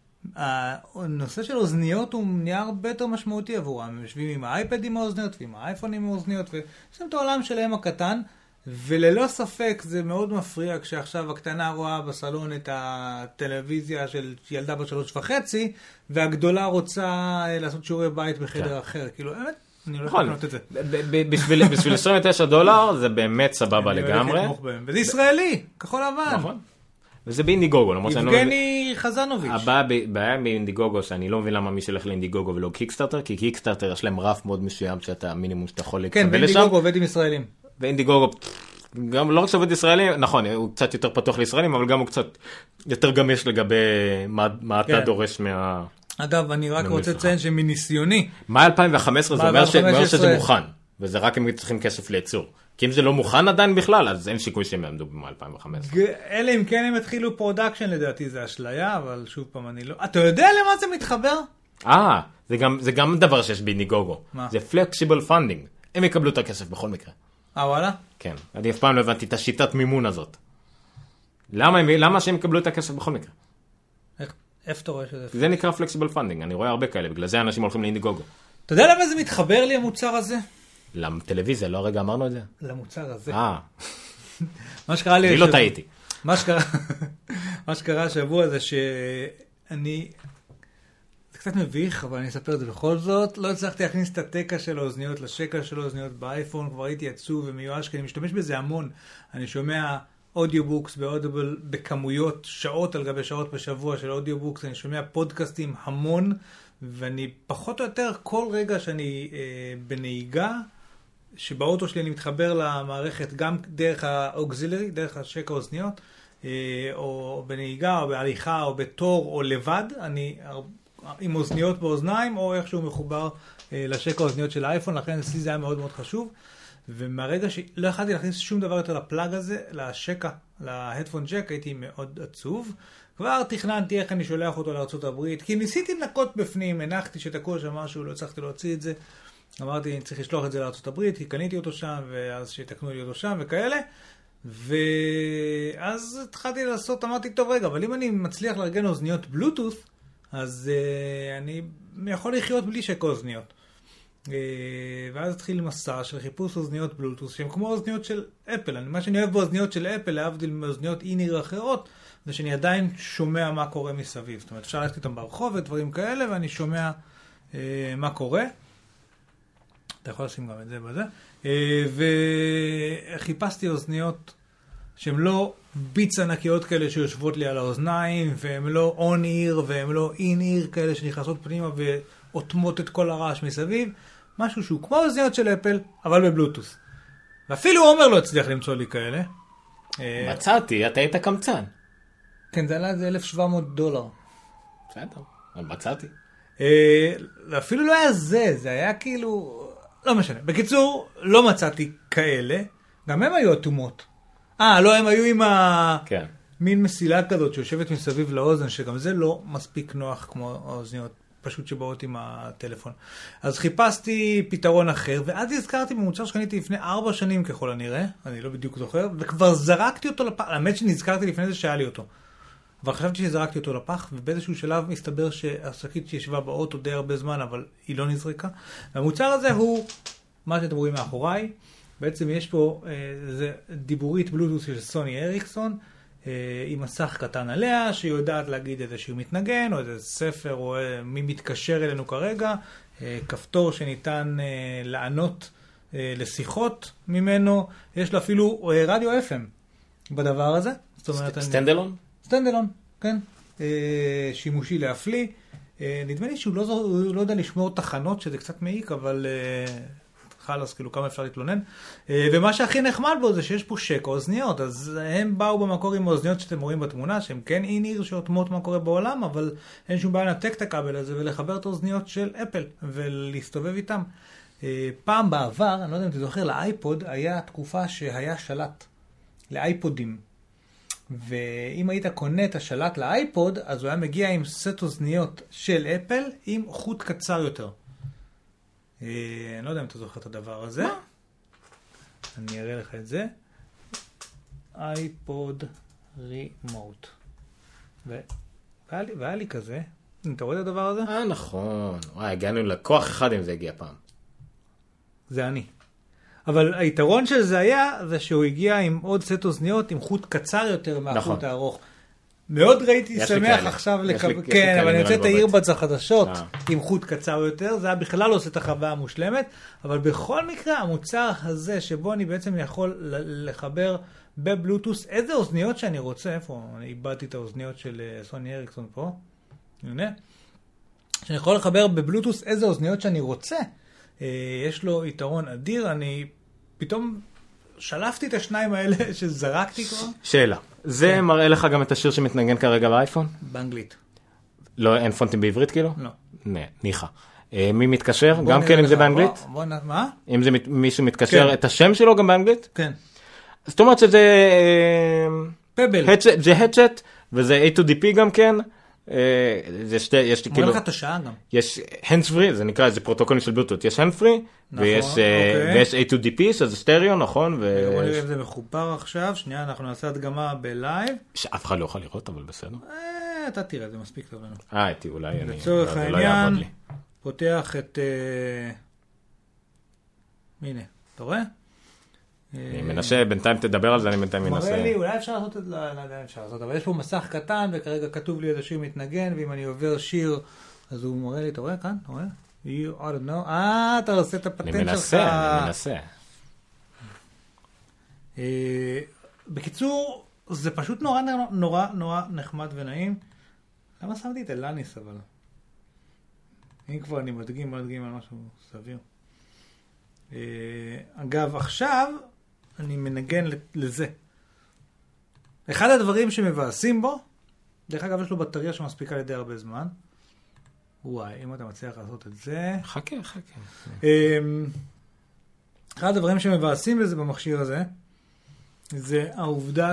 הנושא של אוזניות הוא נהיה הרבה יותר משמעותי עבורם. הם יושבים עם האייפד עם האוזניות ועם האייפון עם האוזניות, ויש להם את העולם שלהם הקטן, וללא ספק זה מאוד מפריע כשעכשיו הקטנה רואה בסלון את הטלוויזיה של ילדה בת שלוש וחצי, והגדולה רוצה לעשות שיעורי בית בחדר אחר. כאילו, באמת, אני הולך לקנות את זה. בשביל עשרים ותשעה דולר זה באמת סבבה לגמרי. וזה ישראלי, כחול לבן. נכון. וזה באינדיגוגו. יבגני חזנוביץ'. הבעיה באינדיגוגו, שאני לא מבין למה מי שהולך לאינדיגוגו ולא קיקסטארטר, כי קיקסטארטר יש להם רף מאוד מסוים שאתה מינימום שאתה יכול לקבל לשם. כן, באינדיגוגו עובד עם ישראלים. ואינדיגוגו, גם לא רק שעובד ישראלים, נכון, הוא קצת יותר פתוח לישראלים, אבל גם הוא קצת יותר גמיש לגבי מה אתה דורש מה... אגב, אני רק רוצה לציין שמניסיוני... מה אלפיים וחמש עשרה זה אומר שזה מוכן, וזה רק אם צריכים כסף לייצור. כי אם זה לא מוכן עדיין בכלל, אז אין שיקוי שהם יעמדו ב-אלפיים וחמש עשרה. אלה אם כן הם התחילו פרודקשן, לדעתי זה אשליה, אבל שוב פעם אני לא... אתה יודע למה זה מתחבר? אה, זה גם דבר שיש באינדיגוגו. מה? זה flexible funding. הם יקבלו את הכסף בכל מקרה. אה, וואלה? כן. אני אף פעם לא הבנתי את השיטת מימון הזאת. למה, למה שהם יקבלו את הכסף בכל מקרה? איפה אתה רואה שזה? זה נקרא flexible funding. אני רואה הרבה כאלה, בגלל זה אנשים הולכים לאינדיגוגו. אתה יודע למה זה מתחבר לי המוצר הזה? לטלוויזיה, לא הרגע אמרנו את זה? למוצר הזה. אה. מה שקרה לי... אני לא טעיתי. מה שקרה... מה שקרה השבוע זה שאני... זה קצת מביך, אבל אני אספר את זה בכל זאת. לא הצלחתי להכניס את הטקה של האוזניות לשקע של האוזניות באייפון. כבר הייתי עצוב ומיואש, כי אני משתמש בזה המון. אני שומע אודיובוקס באודיבל בכמויות, שעות על גבי שעות בשבוע של אודיובוקס. אני שומע פודקאסטים המון, ואני פחות או יותר כל רגע שאני אה, בנהיגה, שבאוטו שלי אני מתחבר למערכת גם דרך האוקזילרי, דרך השקע האוזניות, אה, או בנהיגה, או בהליכה, או בתור, או לבד, אני עם אוזניות באוזניים, או איכשהו מחובר אה, לשקע האוזניות של האייפון, לכן אצלי זה היה מאוד מאוד חשוב, ומהרגע שלא יכולתי להכניס שום דבר יותר לפלאג הזה, לשקע, להדפון ג'ק, הייתי מאוד עצוב. כבר תכננתי איך אני שולח אותו לארצות הברית, כי ניסיתי לנקות בפנים, הנחתי שתקוע שם משהו, לא הצלחתי להוציא את זה. אמרתי, אני צריך לשלוח את זה לארצות הברית, כי קניתי אותו שם, ואז שיתקנו לי אותו שם וכאלה. ואז התחלתי לעשות, אמרתי, טוב רגע, אבל אם אני מצליח לארגן אוזניות בלוטות', אז uh, אני יכול לחיות בלי שקע אוזניות. Uh, ואז התחיל מסע של חיפוש אוזניות בלוטות' שהן כמו אוזניות של אפל. מה שאני אוהב באוזניות של אפל, להבדיל מאוזניות איניר אחרות, זה שאני עדיין שומע מה קורה מסביב. זאת אומרת, אפשר ללכת איתם ברחוב ודברים כאלה, ואני שומע אה, מה קורה. אתה יכול לשים גם את זה בזה. אה, וחיפשתי אוזניות שהן לא ביץ ענקיות כאלה שיושבות לי על האוזניים, והן לא on-ear והן לא in-ear כאלה שנכנסות פנימה ואוטמות את כל הרעש מסביב. משהו שהוא כמו אוזניות של אפל, אבל בבלוטוס. ואפילו עומר לא הצליח למצוא לי כאלה. מצאתי, אתה היית קמצן. כן, זה עלה איזה אלף שבע מאות דולר. בסדר, אבל מצאתי. אפילו לא היה זה, זה היה כאילו... לא משנה. בקיצור, לא מצאתי כאלה. גם הם היו אטומות. אה, לא, הם היו עם ה... כן. מין מסילה כזאת שיושבת מסביב לאוזן, שגם זה לא מספיק נוח כמו האוזניות, פשוט שבאות עם הטלפון. אז חיפשתי פתרון אחר, ואז הזכרתי במוצר שקניתי לפני ארבע שנים ככל הנראה, אני לא בדיוק זוכר, וכבר זרקתי אותו לפח, האמת שנזכרתי לפני זה שהיה לי אותו. אבל חשבתי שזרקתי אותו לפח, ובאיזשהו שלב מסתבר שהשקית שישבה באוטו די הרבה זמן, אבל היא לא נזרקה. והמוצר הזה הוא, מה שאתם רואים מאחוריי, בעצם יש פה, אה, זה דיבורית בלוטוס של סוני אריקסון, עם מסך קטן עליה, שהיא יודעת להגיד איזשהו מתנגן, או איזה ספר, או מי מתקשר אלינו כרגע, כפתור שניתן לענות לשיחות ממנו, יש לו אפילו רדיו אף אם בדבר הזה. סטנדלון? סטנדלון, כן. שימושי להפליא. נדמה לי שהוא לא, הוא לא יודע לשמור תחנות, שזה קצת מעיק, אבל חלס, כאילו כמה אפשר להתלונן. ומה שהכי נחמד בו זה שיש פה שק אוזניות, אז הם באו במקור עם האוזניות שאתם רואים בתמונה, שהם כן איניר שאותמות מה קורה בעולם, אבל אין שום בעיה לנתק את הכבל הזה ולחבר את האוזניות של אפל ולהסתובב איתם. פעם בעבר, אני לא יודע אם אתה זוכר, לאייפוד היה תקופה שהיה שלט לאייפודים. ואם היית קונה את השלט לאייפוד, אז הוא היה מגיע עם סט אוזניות של אפל עם חוט קצר יותר. אני לא יודע אם אתה זוכר את הדבר הזה. אני אראה לך את זה. אייפוד רימוט. והיה לי כזה. אתה רואה את הדבר הזה? אה, נכון. וואי, הגענו לקוח אחד אם זה הגיע פעם. זה אני. אבל היתרון של זה היה, זה שהוא הגיע עם עוד סט אוזניות, עם חוט קצר יותר מהחוט הארוך. מאוד ראיתי שמח עכשיו לקבל, כן, אבל אני יוצא את האירבדס החדשות עם חוט קצר יותר, זה היה בכלל לא עושה את החוויה המושלמת, אבל בכל מקרה המוצר הזה, שבו אני בעצם יכול לחבר בבלוטוס איזה אוזניות שאני רוצה, איפה? אני איבדתי את האוזניות של סוני אריקסון פה, הנה, שאני יכול לחבר בבלוטוס איזה אוזניות שאני רוצה, יש לו יתרון אדיר, אני פתאום שלפתי את השניים האלה שזרקתי כבר. שאלה, זה מראה לך גם את השיר שמתנגן כרגע באייפון? באנגלית. לא, אין פונטים בעברית כאילו? לא. ניחה. מי מתקשר? גם כן אם זה באנגלית? מה? אם זה מישהו מתקשר, את השם שלו גם באנגלית? כן. זאת אומרת שזה... פבל. זה הצ'ט, וזה איי טו די פי גם כן. זה שתי, יש לי כאילו... אומר לך את השעה גם. יש hands free, זה נקרא, זה פרוטוקולים של בלוטות. יש hands free, ויש איי טו די פי, שזה סטריאו, נכון? בואו נראה אם זה מחובר עכשיו. שנייה, אנחנו נעשה הדגמה בלייב. שאף אחד לא יכול לראות, אבל בסדר. אתה תראה, זה מספיק טוב לנו. אה, איתי, אולי אני... לצורך העניין, פותח את... הנה, אתה רואה? אני מנסה, בינתיים תדבר על זה, אני בינתיים מנסה. מראה לי, אולי אפשר לעשות את זה, לא יודע אם אפשר לעשות, אבל יש פה מסך קטן, וכרגע כתוב לי איזשהו מתנגן, ואם אני עובר שיר, אז הוא מראה לי, אתה רואה כאן? אתה רואה? You ought to know. אה, אתה עושה את הפטנט שלך. אני מנסה, אני מנסה. בקיצור, זה פשוט נורא נורא נורא נחמד ונעים. למה שמתי את אלניס, אבל? אם כבר אני מדגים, מדגים על משהו סביר. אגב, עכשיו אני מנגן לזה. אחד הדברים שמבאסים בו, דרך אגב יש לו בטריה שמספיקה לידי הרבה זמן. וואי, אם אתה מצליח לעשות את זה... חכה, חכה. אחד הדברים שמבאסים בזה במכשיר הזה, זה העובדה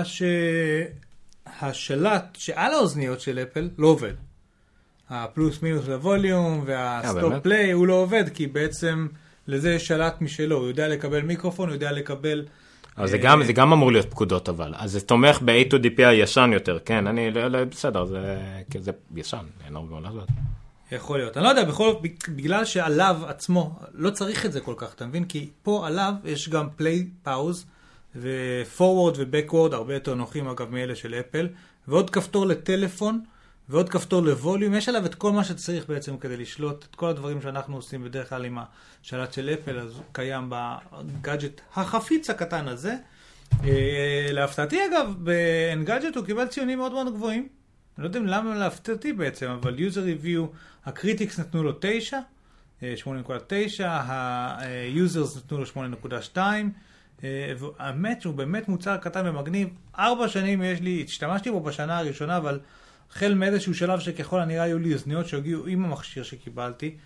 שהשלט שעל האוזניות של אפל לא עובד. הפלוס מינוס לווליום והסטופ פליי הוא לא עובד, כי בעצם לזה יש שלט משלו. הוא יודע לקבל מיקרופון, הוא יודע לקבל... אבל זה גם, זה גם אמור להיות פקודות אבל. אז זה תומך ב-איי טו די פי הישן יותר, כן, אני, בסדר, זה, זה ישן, אין הרבה מה לעשות. יכול להיות. אני לא יודע, בכל, בגלל שעליו עצמו לא צריך את זה כל כך, אתה מבין? כי פה עליו יש גם פליי פאוז, ו-forward ו-backward, הרבה יותר נוחים אגב מאלה של אפל, ועוד כפתור לטלפון, ועוד כפתור לווליום. יש עליו את כל מה שצריך בעצם כדי לשלוט את כל הדברים שאנחנו עושים בדרך כלל עם השלט של אפל, אז הוא קיים בגאדג'ט החפיץ הקטן הזה. להפתעתי אגב, באנגאדג'ט הוא קיבל ציונים מאוד מאוד גבוהים. אני לא יודע למה להפתעתי בעצם, אבל user review, הקריטיקס נתנו לו תשע, שמונה נקודה תשע, ה-users נתנו לו שמונה נקודה שתיים, והאמת שהוא באמת מוצר קטן ומגניב. ארבע שנים יש לי, השתמשתי בו בשנה הראשונה, אבל החל מאיזשהו שלב שככל הנראה היו לי אוזניות שהגיעו עם המכשיר שקיבלתי.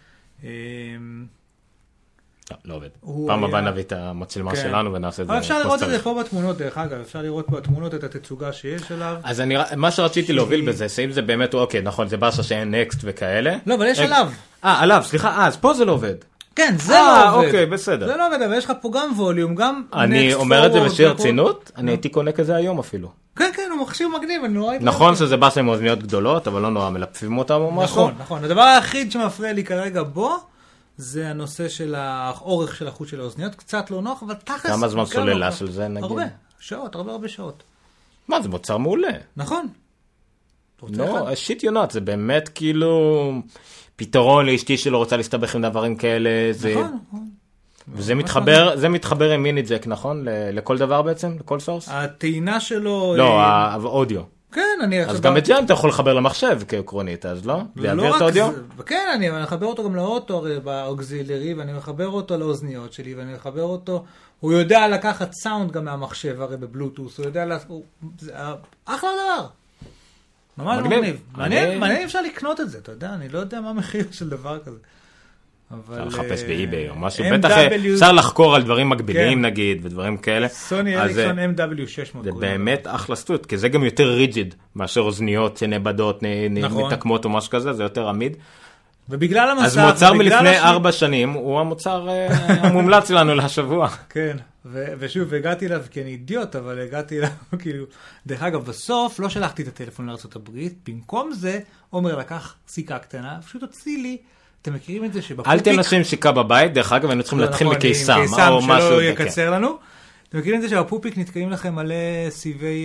לא, לא עובד. פעם הבאה נביא את המצלמה שלנו ונעשה את זה. אבל אפשר לראות את זה פה בתמונות, דרך אגב, אפשר לראות בתמונות את התצוגה שיש עליו. אז מה שרציתי להוביל בזה, שאם זה באמת, אוקיי, נכון, זה באסה שאין נקסט וכאלה. לא, אבל יש עליו. אה, עליו, סליחה, אז פה זה לא עובד. כן, זה לא עובד. אוקיי, בסדר. זה לא עובד, אבל יש לך פה גם ווליום, גם אני אומר את זה בשיר רצינות, אני הייתי קונה כזה היום אפילו. כן, כן, הוא מכשיר מגניב, אני נורא... נכון שזה באסה עם אוזניות גדולות, אבל לא נורא מלפפים אותם או משהו. נכון, נכון. הדבר היחיד שמפריע לי כרגע בו, זה הנושא של האורך של החוט של האוזניות, קצת לא נוח, אבל תכלס... כמה זמן סוללה של זה נגיד? הרבה, שעות, הרבה הרבה שעות. מה, זה מוצר מעולה. נכון. לא, שיט יונות, זה באמת כאילו פתרון לאשתי שלא רוצה להסתבך עם דברים כאלה. נכון, נכון. וזה מתחבר, זה מתחבר עם מיני-ג'ק, נכון? לכל דבר בעצם? לכל סורס? הטעינה שלו... לא, האודיו. כן, אני... אז גם את זה אתה יכול לחבר למחשב כעקרונית, אז לא? להעביר את האודיו? כן, אני מחבר אותו גם לאוטו באוקזילרי, ואני מחבר אותו לאוזניות שלי, ואני מחבר אותו... הוא יודע לקחת סאונד גם מהמחשב, הרי בבלוטוס, הוא יודע... זה אחלה דבר. ממש מגניב. מעניין אפשר לקנות את זה, אתה יודע, אני לא יודע מה המחיר של דבר כזה. אפשר לחפש באי-ביי או משהו, בטח אפשר לחקור על דברים מקבילים נגיד, ודברים כאלה. סוני אליקסון אם דאבליו שש מאות. זה באמת אחלה סטוט, כי זה גם יותר ריג'יד, מאשר אוזניות שנאבדות, מתקמות או משהו כזה, זה יותר עמיד. ובגלל המסך... אז מוצר מלפני ארבע שנים, הוא המוצר המומלץ לנו לשבוע. כן, ושוב, הגעתי אליו, כי אני אידיוט, אבל הגעתי אליו, כאילו, דרך אגב, בסוף לא שלחתי את הטלפון לארצות הברית, במקום זה, עומר לקח סיכה קטנה, פשוט הוציא לי, אתם מכירים את זה שבפופיק... אל תנשים סיכה בבית, דרך אגב, היינו צריכים להתחיל מקיסם, או משהו... שלא יקצר לנו. אתם מכירים את זה שבפופיק נתקעים לכם מלא סיבי...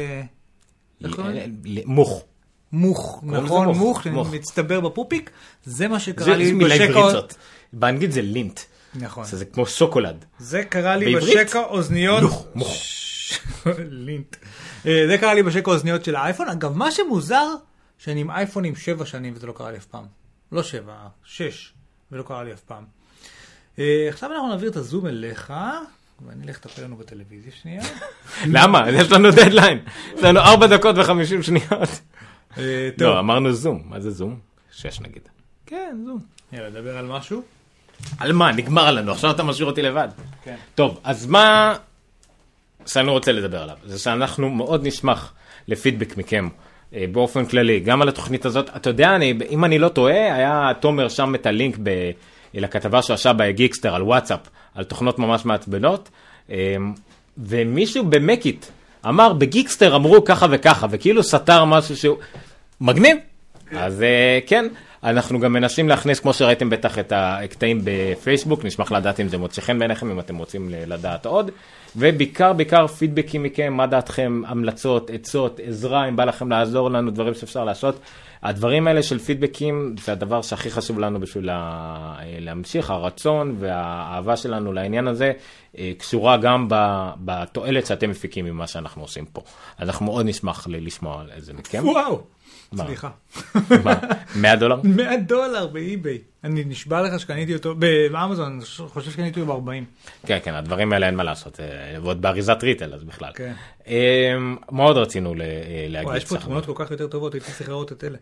מוך. מוך, נכון, מוך, שמצטבר בפופיק, זה מה שקרה לי בשקע... באנגלית זה לינט. נכון. זה כמו שוקולד. זה קרה לי בשקע אוזניות... מוך. לינט. זה קרה לי בשקע אוזניות של האייפון. אגב, מה שמוזר, שאני עם אייפון עם שבע שנים, וזה לא קרה לי אף פעם. לא שבע, שש, ולא קרה לי אף פעם. עכשיו אנחנו נעביר את הזום אליך, ואני אלך לטפל לנו בטלוויזיה שנייה. למה? יש לנו דדליין. יש לנו ארבע דקות וחמישים שניות. לא, אמרנו זום. מה זה זום? שש נגיד. כן, זום. יאללה, נדבר על משהו. על מה? נגמר לנו. עכשיו אתה משאיר אותי לבד. כן. טוב, אז מה שאני רוצה לדבר עליו? זה שאנחנו מאוד נשמח לפידבק מכם באופן כללי, גם על התוכנית הזאת. אתה יודע, אני, אם אני לא טועה, היה תומר שם את הלינק ב, לכתבה שעשה בגיקסטר על וואטסאפ, על תוכנות ממש מעצבנות, ומישהו במקיט אמר, בגיקסטר אמרו ככה וככה, וכאילו סתר משהו שהוא מגניב. אז כן, אנחנו גם מנסים להכניס, כמו שראיתם בטח את הקטעים בפייסבוק, נשמח לדעת אם זה מוצא חן בעיניכם, אם אתם רוצים לדעת עוד, ובעיקר, בעיקר פידבקים מכם, מה דעתכם, המלצות, עצות, עזרה, אם בא לכם לעזור לנו, דברים שאפשר לעשות. הדברים האלה של פידבקים, זה הדבר שהכי חשוב לנו בשביל להמשיך, הרצון והאהבה שלנו לעניין הזה, קשורה גם בתועלת שאתם מפיקים ממה שאנחנו עושים פה. אנחנו מאוד נשמח לשמוע על איזה מכם. וואו! סליחה. מאה דולר? מאה דולר באי-ביי. אני נשבע לך שקניתי אותו, באמזון, אני חושב שקניתי אותו ב-ארבעים. כן, כן, הדברים האלה אין מה לעשות, ועוד באריזת ריטל, אז בכלל. כן. מאוד רצינו להגיד. וואי, יש פה תמונות כל כך יותר טובות, הייתי צריך לראות את אלה.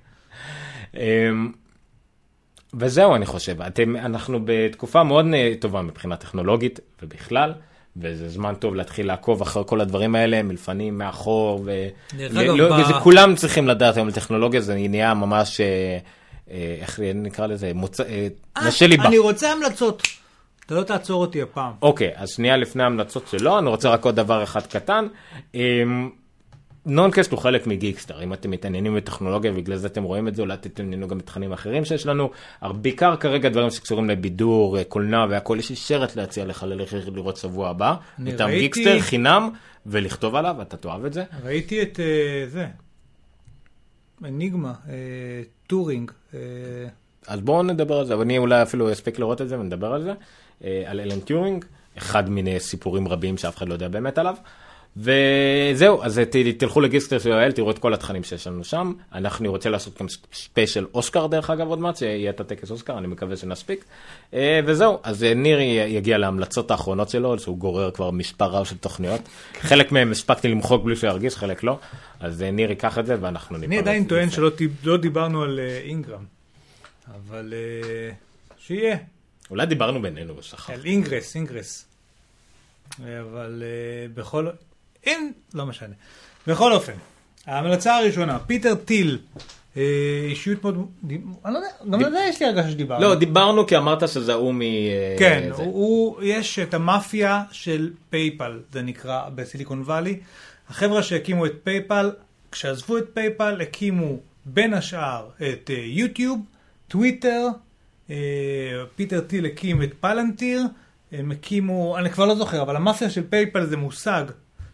וזהו, אני חושב. אנחנו בתקופה מאוד טובה מבחינה טכנולוגית ובכלל, וזה זמן טוב להתחיל לעקוב אחרי כל הדברים האלה, מלפנים, מאחור, וכולם צריכים לדעת היום לטכנולוגיה, זה נהיה ממש, איך נקרא לזה, נשי ליבה. אני רוצה המלצות, אתה לא תעצור אותי הפעם. אוקיי, אז שנייה לפני המלצות שלו, אני רוצה רק עוד דבר אחד קטן, נונקאסט הוא חלק מגיקסטר, אם אתם מתעניינים בטכנולוגיה, ובגלל זה אתם רואים את זה, אולי תתעניינו גם בתכנים אחרים שיש לנו, בעיקר כרגע דברים שקשורים לבידור, קולנוע והכל, יש לי שרת להציע לך ללכת לראות שבוע הבא, מטעם גיקסטר, חינם, ולכתוב עליו, אתה תאהב את זה. ראיתי את זה, אניגמה, טורינג. אז בואו נדבר על זה, אבל אני אולי אפילו אספק לראות את זה, ונדבר על זה, על אלן טיורינג, אחד מיני סיפורים רבים שאף אחד לא יודע באמת עליו, וזהו, אז תלכו לגיקסטר של יואל, תראו את כל התכנים שיש לנו שם. אנחנו רוצה לעשות גם ספיישל אוסקר דרך אגב עוד מעט, שיהיה את הטקס אוסקר, אני מקווה שנספיק. וזהו, אז ניר יגיע להמלצות האחרונות שלו, שהוא גורר כבר מספר רב של תוכניות. חלק מהם הספקתי למחוק בלי שירגיש, חלק לא. אז ניר ייקח את זה ואנחנו ניפרד. אני עדיין טוען שלא דיברנו על אינגרם, אבל שיהיה. אולי דיברנו בינינו בשחר. על אינגרס, אינגרס. אבל בכל... אין, לא משנה. בכל אופן, ההמלצה הראשונה, פיטר טיל, אישיות מאוד... אני לא יודע, גם לא יודע, יש לי הרגשה שדיברנו. לא, דיברנו כי אמרת שזה הוא מ... כן, הוא, יש את המאפיה של פייפל, זה נקרא בסיליקון ואלי. החבר'ה שהקימו את פייפל, כשעזבו את פייפל, הקימו בין השאר את יוטיוב, טוויטר, פיטר טיל הקים את פלנטיר, הם הקימו, אני כבר לא זוכר, אבל המאפיה של פייפל זה מושג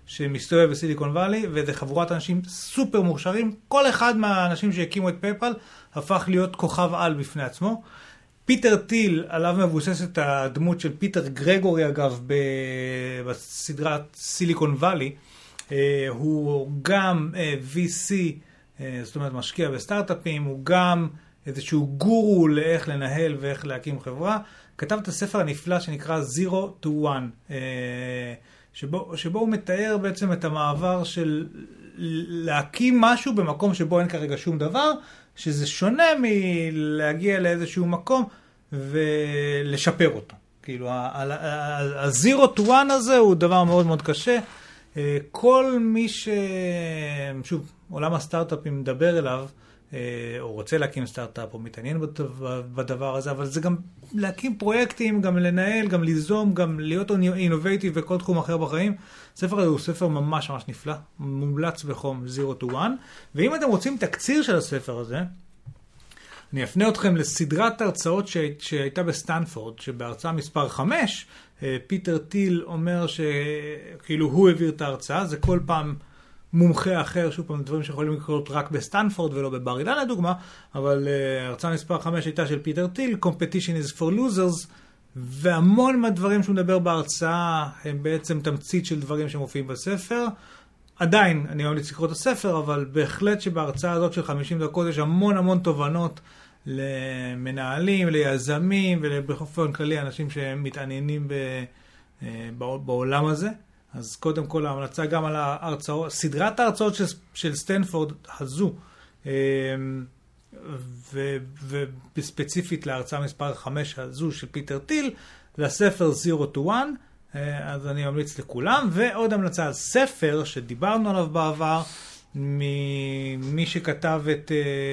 שמסתובב בסיליקון ואלי, וזה חבורת אנשים סופר מוכשרים. כל אחד מהאנשים שהקימו את פייפל הפך להיות כוכב על בפני עצמו. פיטר טיל, עליו מבוססת הדמות של פיטר גרגורי, אגב, בסדרת סיליקון ואלי, הוא גם וי סי, זאת אומרת משקיע בסטארט-אפים, הוא גם איזשהו גורו לאיך לנהל ואיך להקים חברה. כתב את הספר הנפלא שנקרא Zero to One, שבו, שבו הוא מתאר בעצם את המעבר של להקים משהו במקום שבו אין כרגע שום דבר, שזה שונה מלהגיע לאיזשהו מקום ולשפר אותו. כאילו, ה-Zero to One הזה הוא דבר מאוד מאוד קשה. כל מי ש... שוב, עולם הסטארט-אפים מדבר אליו, או רוצה להקים סטארט-אפ, או מתעניין בדבר הזה, אבל זה גם להקים פרויקטים, גם לנהל, גם ליזום, גם להיות אינובייטיב וכל תחום אחר בחיים. הספר הזה הוא ספר ממש ממש נפלא, מומלץ בחום Zero to One. ואם אתם רוצים תקציר של הספר הזה, אני אפנה אתכם לסדרת הרצאות שהייתה בסטנפורד, שבהרצאה מספר חמש, פיטר טיל אומר שכאילו הוא העביר את ההרצאה, זה כל פעם מומחה אחר, שוב פעם דברים שיכולים לקרות רק בסטנפורד ולא בבר אילן לדוגמה, אבל uh, הרצאה מספר חמש הייתה של פיטר טיל, Competition is for losers, והמון מהדברים שהוא מדבר בהרצאה הם בעצם תמצית של דברים שמופיעים בספר. עדיין, אני ממליץ לקרוא את הספר, אבל בהחלט שבהרצאה הזאת של חמישים דקות יש המון המון תובנות למנהלים, ליזמים ובאופן כללי אנשים שמתעניינים ב, uh, בעולם הזה. אז קודם כל ההמלצה גם על ההרצאות, סדרת ההרצאות של, של סטנפורד הזו, ובספציפית להרצאה מספר חמש הזו של פיטר טיל, לספר Zero to One, אז אני ממליץ לכולם. ועוד המלצה על ספר שדיברנו עליו בעבר, ממי שכתב את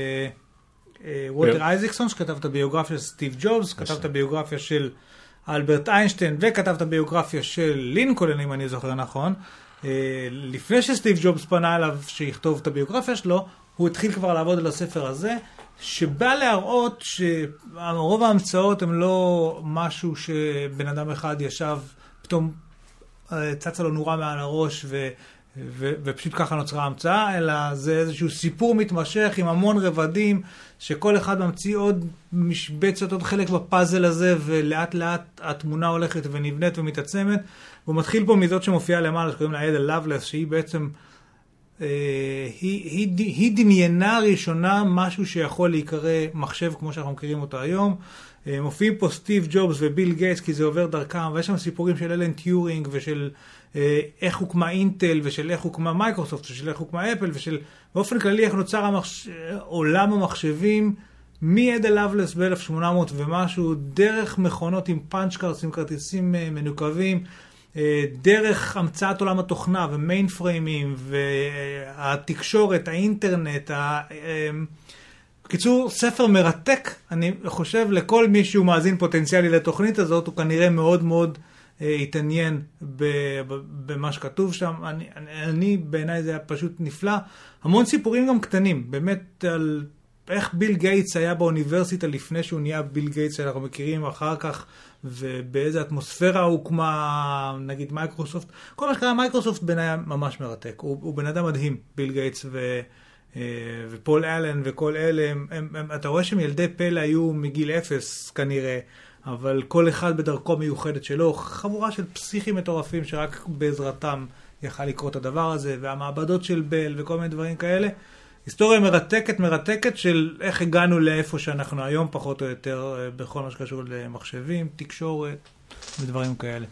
ווטר אייזקסון, שכתב את הביוגרפיה של סטיב ג'ובס, כתב את הביוגרפיה של אלברט איינשטיין, וכתב את הביוגרפיה של לינקולן, אם אני זוכר נכון. לפני שסטיב ג'ובס פנה אליו שיכתוב את הביוגרפיה שלו, הוא התחיל כבר לעבוד על הספר הזה, שבא להראות שרוב ההמצאות הם לא משהו שבן אדם אחד ישב, פתאום צצה לו נורה מעל הראש ו... ו- ופשוט ככה נוצרה ההמצאה, אלא זה איזשהו סיפור מתמשך עם המון רבדים, שכל אחד ממציא עוד משבצת, עוד חלק בפאזל הזה, ולאט לאט התמונה הולכת ונבנית ומתעצמת. והוא מתחיל פה מזאת שמופיעה למעלה, שקוראים לה עדה לאבלס, שהיא בעצם, אה, היא, היא, היא דמיינה ראשונה משהו שיכול להיקרא מחשב כמו שאנחנו מכירים אותו היום. אה, מופיעים פה סטיב ג'ובס וביל גייטס, כי זה עובר דרכם, ויש שם סיפורים של אלן טיורינג ושל איך הוקמה אינטל, ושל איך הוקמה מייקרוסופט, ושל איך הוקמה אפל, ושל באופן כללי איך נוצר המחש... עולם המחשבים מעדה לאבלס ב-אלף שמונה מאות ומשהו, דרך מכונות עם פאנץ' קארדס, עם כרטיסים מנוקבים, דרך המצאת עולם התוכנה ומיין פריימים, והתקשורת, האינטרנט, ה... בקיצור, ספר מרתק. אני חושב לכל מי שהוא מאזין פוטנציאלי לתוכנית הזאת, הוא כנראה מאוד מאוד התעניין במה שכתוב שם. אני, אני, אני בעיניי זה היה פשוט נפלא. המון סיפורים גם קטנים, באמת על איך ביל גייטס היה באוניברסיטה לפני שהוא נהיה ביל גייטס שאנחנו מכירים אחר כך, ובאיזה אטמוספירה הוקמה, נגיד מייקרוסופט. כל מה שקרה מייקרוסופט בעיניי היה ממש מרתק. הוא, הוא בן אדם מדהים, ביל גייטס ו... ופול אלן וכל אלה. הם, הם, הם, אתה רואה שהם ילדי פלא היו מגיל אפס כנראה, אבל כל אחד בדרכו מיוחדת שלו, חבורה של פסיכים מטורפים שרק בעזרתם יכל לקרוא את הדבר הזה, והמעבדות של בל וכל מיני דברים כאלה. היסטוריה מרתקת, מרתקת של איך הגענו לאיפה שאנחנו היום פחות או יותר בכל מה שקשור למחשבים, תקשורת ודברים כאלה.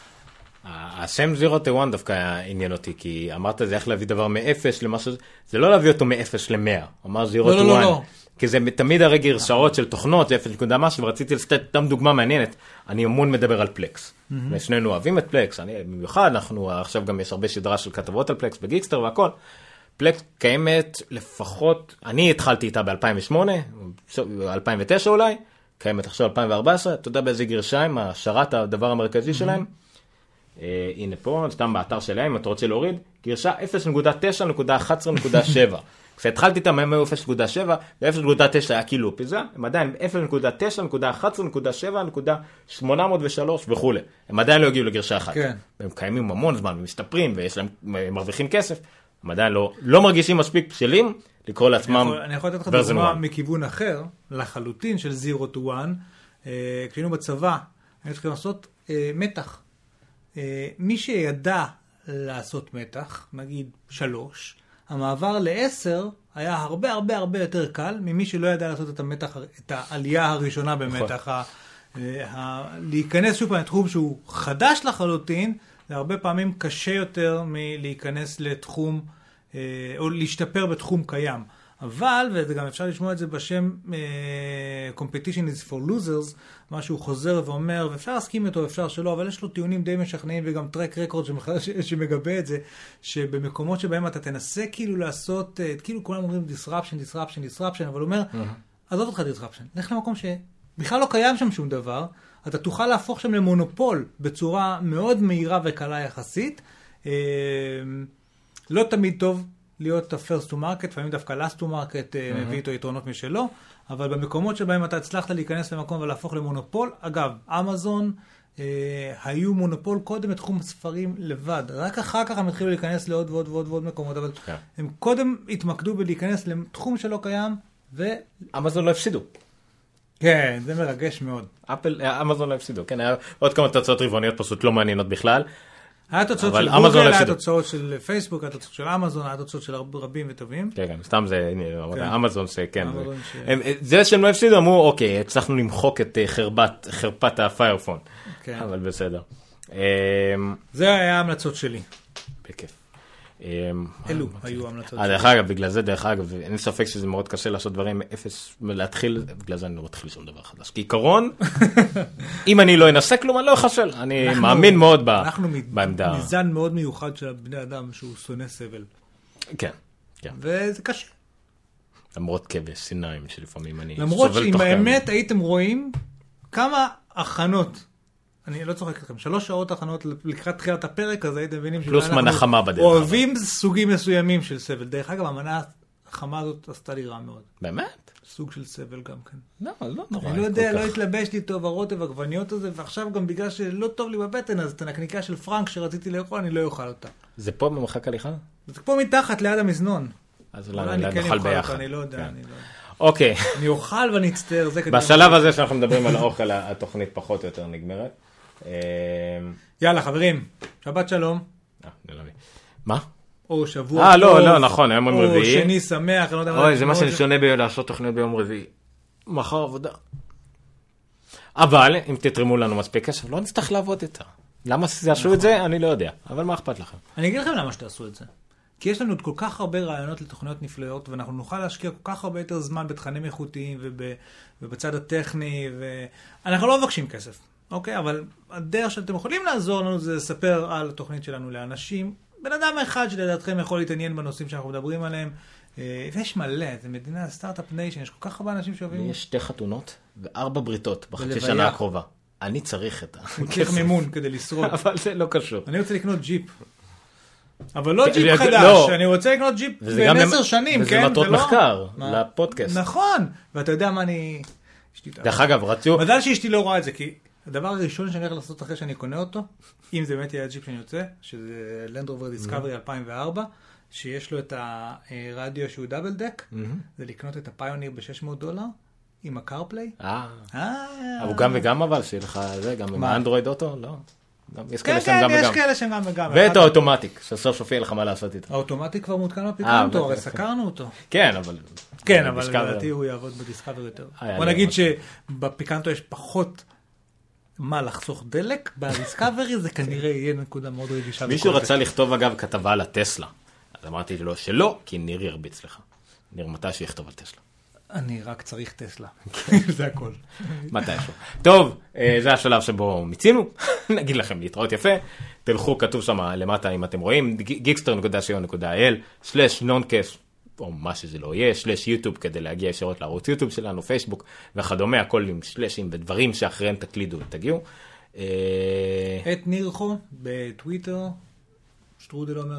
השם Zero to One דווקא עניין אותי, כי אמרת זה איך להביא דבר מאפס למשהו, זה לא להביא אותו מאפס למאה, אמר Zero to One. כי זה תמיד הרי גרסאות של תוכנות, זה אפס נקודה משהו, ורציתי לתת גם דוגמה מעניינת. אני המון מדבר על פלקס. ושנינו אוהבים את פלקס, אני במיוחד, אנחנו עכשיו גם יש הרבה סדרה של כתבות על פלקס בגיקסטר והכל. פלקס קיימת לפחות, אני התחלתי איתה ב-אלפיים ושמונה, אלפיים ותשע אולי, קיימת עכשיו אלפיים וארבע עשרה, אתה יודע באיזה גרשיים, השרת הדבר המרכזי שלהם. הנה פה, סתם באתר שלהם, אם אתה רוצה להוריד, גרשה אפס נקודה תשע נקודה אחת עשרה נקודה שבע. כשהתחלתי איתם הם היו אפס נקודה שבע, ו-אפס נקודה תשע היה כאילו פיזה, הם עדיין אפס נקודה תשע, נקודה אחת עשרה, נקודה שבע, נקודה שמונה מאות ושלוש וכו'. הם עדיין לא הגיעו לגרשה אחת. כן. והם קיימים המון זמן, ומשתפרים, ויש להם, הם מרוויחים כסף. הם עדיין לא, לא מרגישים מספיק בשלים לקרוא לעצמם version אני יכול לתת לך דוגמה מכיוון אחר, לחלוטין של zero to one. כשהיינו בצבא, היינו צריכים לעשות מתח. מי שידע לעשות מתח, נגיד שלוש, המעבר לעשר היה הרבה הרבה הרבה יותר קל ממי שלא ידע לעשות את המתח, את העלייה הראשונה במתח. ה, ה, להיכנס שוב לתחום שהוא חדש לחלוטין, זה הרבה פעמים קשה יותר מלהיכנס לתחום, או להשתפר בתחום קיים. אבל, וזה גם אפשר לשמוע את זה בשם uh, Competition is for losers, מה שהוא חוזר ואומר, ואפשר להסכים איתו, אפשר שלא, אבל יש לו טיעונים די משכנעים וגם טרק רקורד שמגבה את זה, שבמקומות שבהם אתה תנסה כאילו לעשות, uh, כאילו כולם אומרים disruption, disruption, disruption, אבל הוא אומר, עזוב אותך disruption, לך למקום שבכלל לא קיים שם שום דבר, אתה תוכל להפוך שם למונופול בצורה מאוד מהירה וקלה יחסית, uh, לא תמיד טוב, להיות ה-first to market, לפעמים דווקא last to market מביא איתו יתרונות משלו, אבל במקומות שבהם אתה הצלחת להיכנס למקום ולהפוך למונופול, אגב, אמזון היו מונופול קודם בתחום הספרים לבד, רק אחר כך הם התחילו להיכנס לעוד ועוד ועוד ועוד מקומות, אבל הם קודם התמקדו בלהיכנס לתחום שלא קיים, ו... אמזון לא הפסידו. כן, זה מרגש מאוד. אפל, אמזון לא הפסידו, כן, היה עוד כמה תוצאות רבעוניות פשוט לא מעניינות בכלל. היה תוצאות של גוגל, היה תוצאות של פייסבוק, היה תוצאות של אמזון, היה תוצאות של רבים וטובים. כן, כן, סתם זה, אמזון זה, כן. זה שהם לא הפסידו, אמרו, אוקיי, הצלחנו למחוק את חרפת הפיירפון. אבל בסדר. זה היה ההמלצות שלי. בכיף. אלו היו המלצות. דרך אגב, בגלל זה, דרך אגב, אין ספק שזה מאוד קשה לעשות דברים אפס, להתחיל, בגלל זה אני לא מתחיל שום דבר חדש. כי עיקרון, אם אני לא אנסה כלום, אני לא אחשל. אני מאמין מאוד בעמדה. אנחנו מזן מאוד מיוחד של בני אדם שהוא שונא סבל. כן, כן. וזה קשה. למרות כאבי סיניים שלפעמים אני סובל למרות תוך שאם האמת הייתם רואים כמה הכנות, אני לא צוחק לכם, שלוש שעות הכנות לקראת תחילת הפרק, אז הייתם מבינים פלוס מנה חמה בדרך. אוהבים סוגים מסוימים של סבל. דרך אגב, המנה החמה הזאת עשתה לי רע מאוד. באמת? סוג של סבל גם כן. לא, לא נורא. אני לא יודע, לא התלבש לי טוב הרוטב הגווניות הזה, ועכשיו גם בגלל שלא טוב לי בבטן, אז את הנקניקה של פרנק שרציתי לאכול, אני לא אוכל אותה. זה פה במרחק הליכה? זה פה מתחת, ליד המזנון. אז אולי נאכל ביחד. אני לא יודע, אני לא יודע. אוקיי. אני אוכל ואני אצטער. בשלב הזה שאנחנו מדברים על האוכל, התוכנית פחות או יותר נגמרת. יאללה חברים, שבת שלום. מה? או שבוע טוב. אה, לא, לא, נכון, היום יום רביעי. או שני שמח, אני לא יודע. אוי, זה מה שאני שונה בי לעשות תוכניות ביום רביעי. מחר עבודה. אבל, אם תתרמו לנו מספיק כסף, לא נצטרך לעבוד איתה. למה תעשו את זה? אני לא יודע. אבל מה אכפת לכם? אני אגיד לכם למה שתעשו את זה. כי יש לנו כל כך הרבה רעיונות לתוכניות נפלאות, ואנחנו נוכל להשקיע כל כך הרבה יותר זמן בתכנים איכותיים ובצד הטכני, ואנחנו לא מבקשים כסף. אוקיי, אבל הדרך שאתם יכולים לעזור לנו זה לספר על התוכנית שלנו לאנשים. בן אדם אחד שלדעתכם יכול להתעניין בנושאים שאנחנו מדברים עליהם. ויש מלא, זה מדינה, סטארט-אפ ניישן, יש כל כך הרבה אנשים שאוהבים. יש שתי חתונות וארבע בריתות בחצי שנה הקרובה. אני צריך את הכסף. צריך מימון כדי לשרוד. אבל זה לא קשור. אני רוצה לקנות ג'יפ. אבל לא ג'יפ חדש, אני רוצה לקנות ג'יפ בין עשר שנים, כן? וזה מטרות מחקר לפודקאסט. נכון, ואתה יודע מה אני... דרך אגב, רציו... מזל שאשתי לא רואה את זה, כי הדבר הראשון שאני הולך לעשות אחרי שאני קונה אותו, אם זה באמת יהיה הג'יפ שאני יוצא, שזה Land Rover Discovery אלפיים וארבע, שיש לו את הרדיו שהוא דאבל דק, זה לקנות את הפיוניר ב-שש מאות דולר, עם הקארפליי. אה, אבל גם וגם אבל, שיהיה לך זה, גם עם האנדרואיד אוטו, לא? יש כאלה שהם גם וגם. יש כאלה שהם גם וגם. ואת האוטומטיק, שסוף סופי לך מה לעשות איתו. האוטומטיק כבר מותקן בפיקנטו, הרי סקרנו אותו. כן, אבל... כן, אבל לדעתי הוא יעבוד בדיסקאבר יותר. בוא נגיד שבפיקנטו יש פחות מה לחסוך דלק, בדיסקאברי זה כנראה יהיה נקודה מאוד רגישה. מישהו רצה לכתוב אגב כתבה על הטסלה. אז אמרתי לו שלא, כי ניר ירביץ לך. ניר מתי שיכתוב על טסלה. אני רק צריך טסלה. זה הכל. מתי שוב. טוב, זה השלב שבו מיצינו. נגיד לכם להתראות יפה. תלכו, כתוב שם למטה אם אתם רואים, גיקסטר נקודה סי או נקודה איי אל, סלש נונקאסט, או מה שזה לא יהיה, סלש יוטיוב כדי להגיע ישירות לערוץ יוטיוב שלנו, פייסבוק וכדומה, הכל עם סלשים ודברים שאחריהם תקלידו ותגיעו. את נירחו בטוויטר, שטרודל אומר,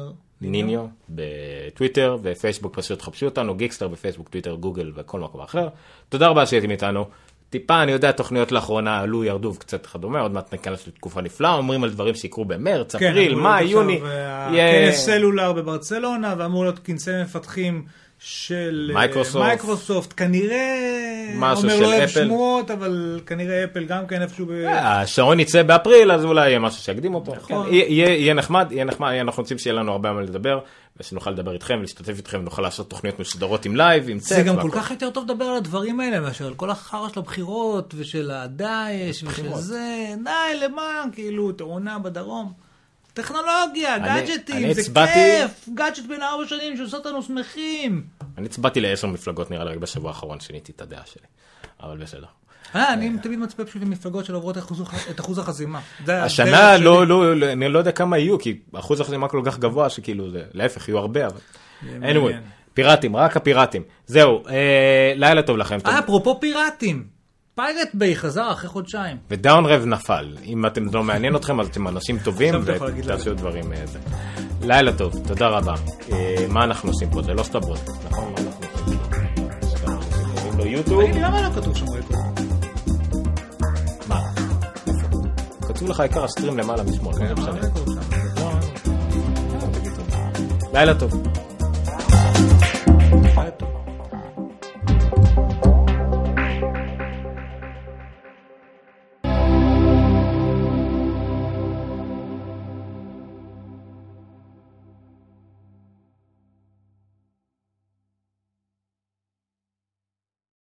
ניניו בטוויטר ופייסבוק, פשוט חפשו אותנו, גיקסטר בפייסבוק, טוויטר, גוגל וכל מקום אחר. תודה רבה שהייתם איתנו. טיפה, אני יודע, תוכניות לאחרונה עלו, ירדו וקצת כדומה, עוד מעט ניכנס לתקופה נפלאה, אומרים על דברים שיקרו במרץ, אפריל, מאי, יוני. כנס סלולר בברצלונה, ואמור להיות כנסי מפתחים של מייקרוסופט, כנראה, אומר לא אוהב שמועות, אבל כנראה אפל גם כן איפשהו. השעון יצא באפריל, אז אולי יהיה משהו שיקדים אותו. יהיה נחמד, יהיה נחמד, אנחנו רוצים שיהיה לנו הרבה מה לדבר, ושנוכל לדבר איתכם, ולהשתתף איתכם, ונוכל לעשות תוכניות מסודרות עם לייב, עם צק. זה גם כל כך יותר טוב לדבר על הדברים האלה, מאשר על כל החרא של הבחירות, ושל הדאעש, ושל זה, די, למה, כאילו, תאונה בדרום. טכנולוגיה, גאדג'טים, זה כיף, גאדג'ט בין ארבע שנים שעושה אותנו שמחים. אני הצבעתי לעשר מפלגות נראה לי רק בשבוע האחרון שיניתי את הדעה שלי, אבל בסדר. אה, אני תמיד מצפה פשוט למפלגות של עוברות את אחוז החזימה. השנה לא, לא, אני לא יודע כמה יהיו, כי אחוז החזימה כל כך גבוה שכאילו זה, להפך, יהיו הרבה, אבל... anyway, פיראטים, רק הפיראטים. זהו, לילה טוב לכם. אה, אפרופו פיראטים. פיירט ביי חזר אחרי חודשיים. ודאון רב נפל. אם אתם לא מעניין אתכם, אז אתם אנשים טובים, ותעשו דברים איזה. לילה טוב, תודה רבה. מה אנחנו עושים פה? זה לא סטאבות, נכון? מה אנחנו עושים פה? קוראים לו יוטיוב. תגיד לי, למה לא כתוב שם רקורד? מה? כתוב לך עיקר הסטרים למעלה משמאל. זה משנה. לילה טוב. לילה טוב.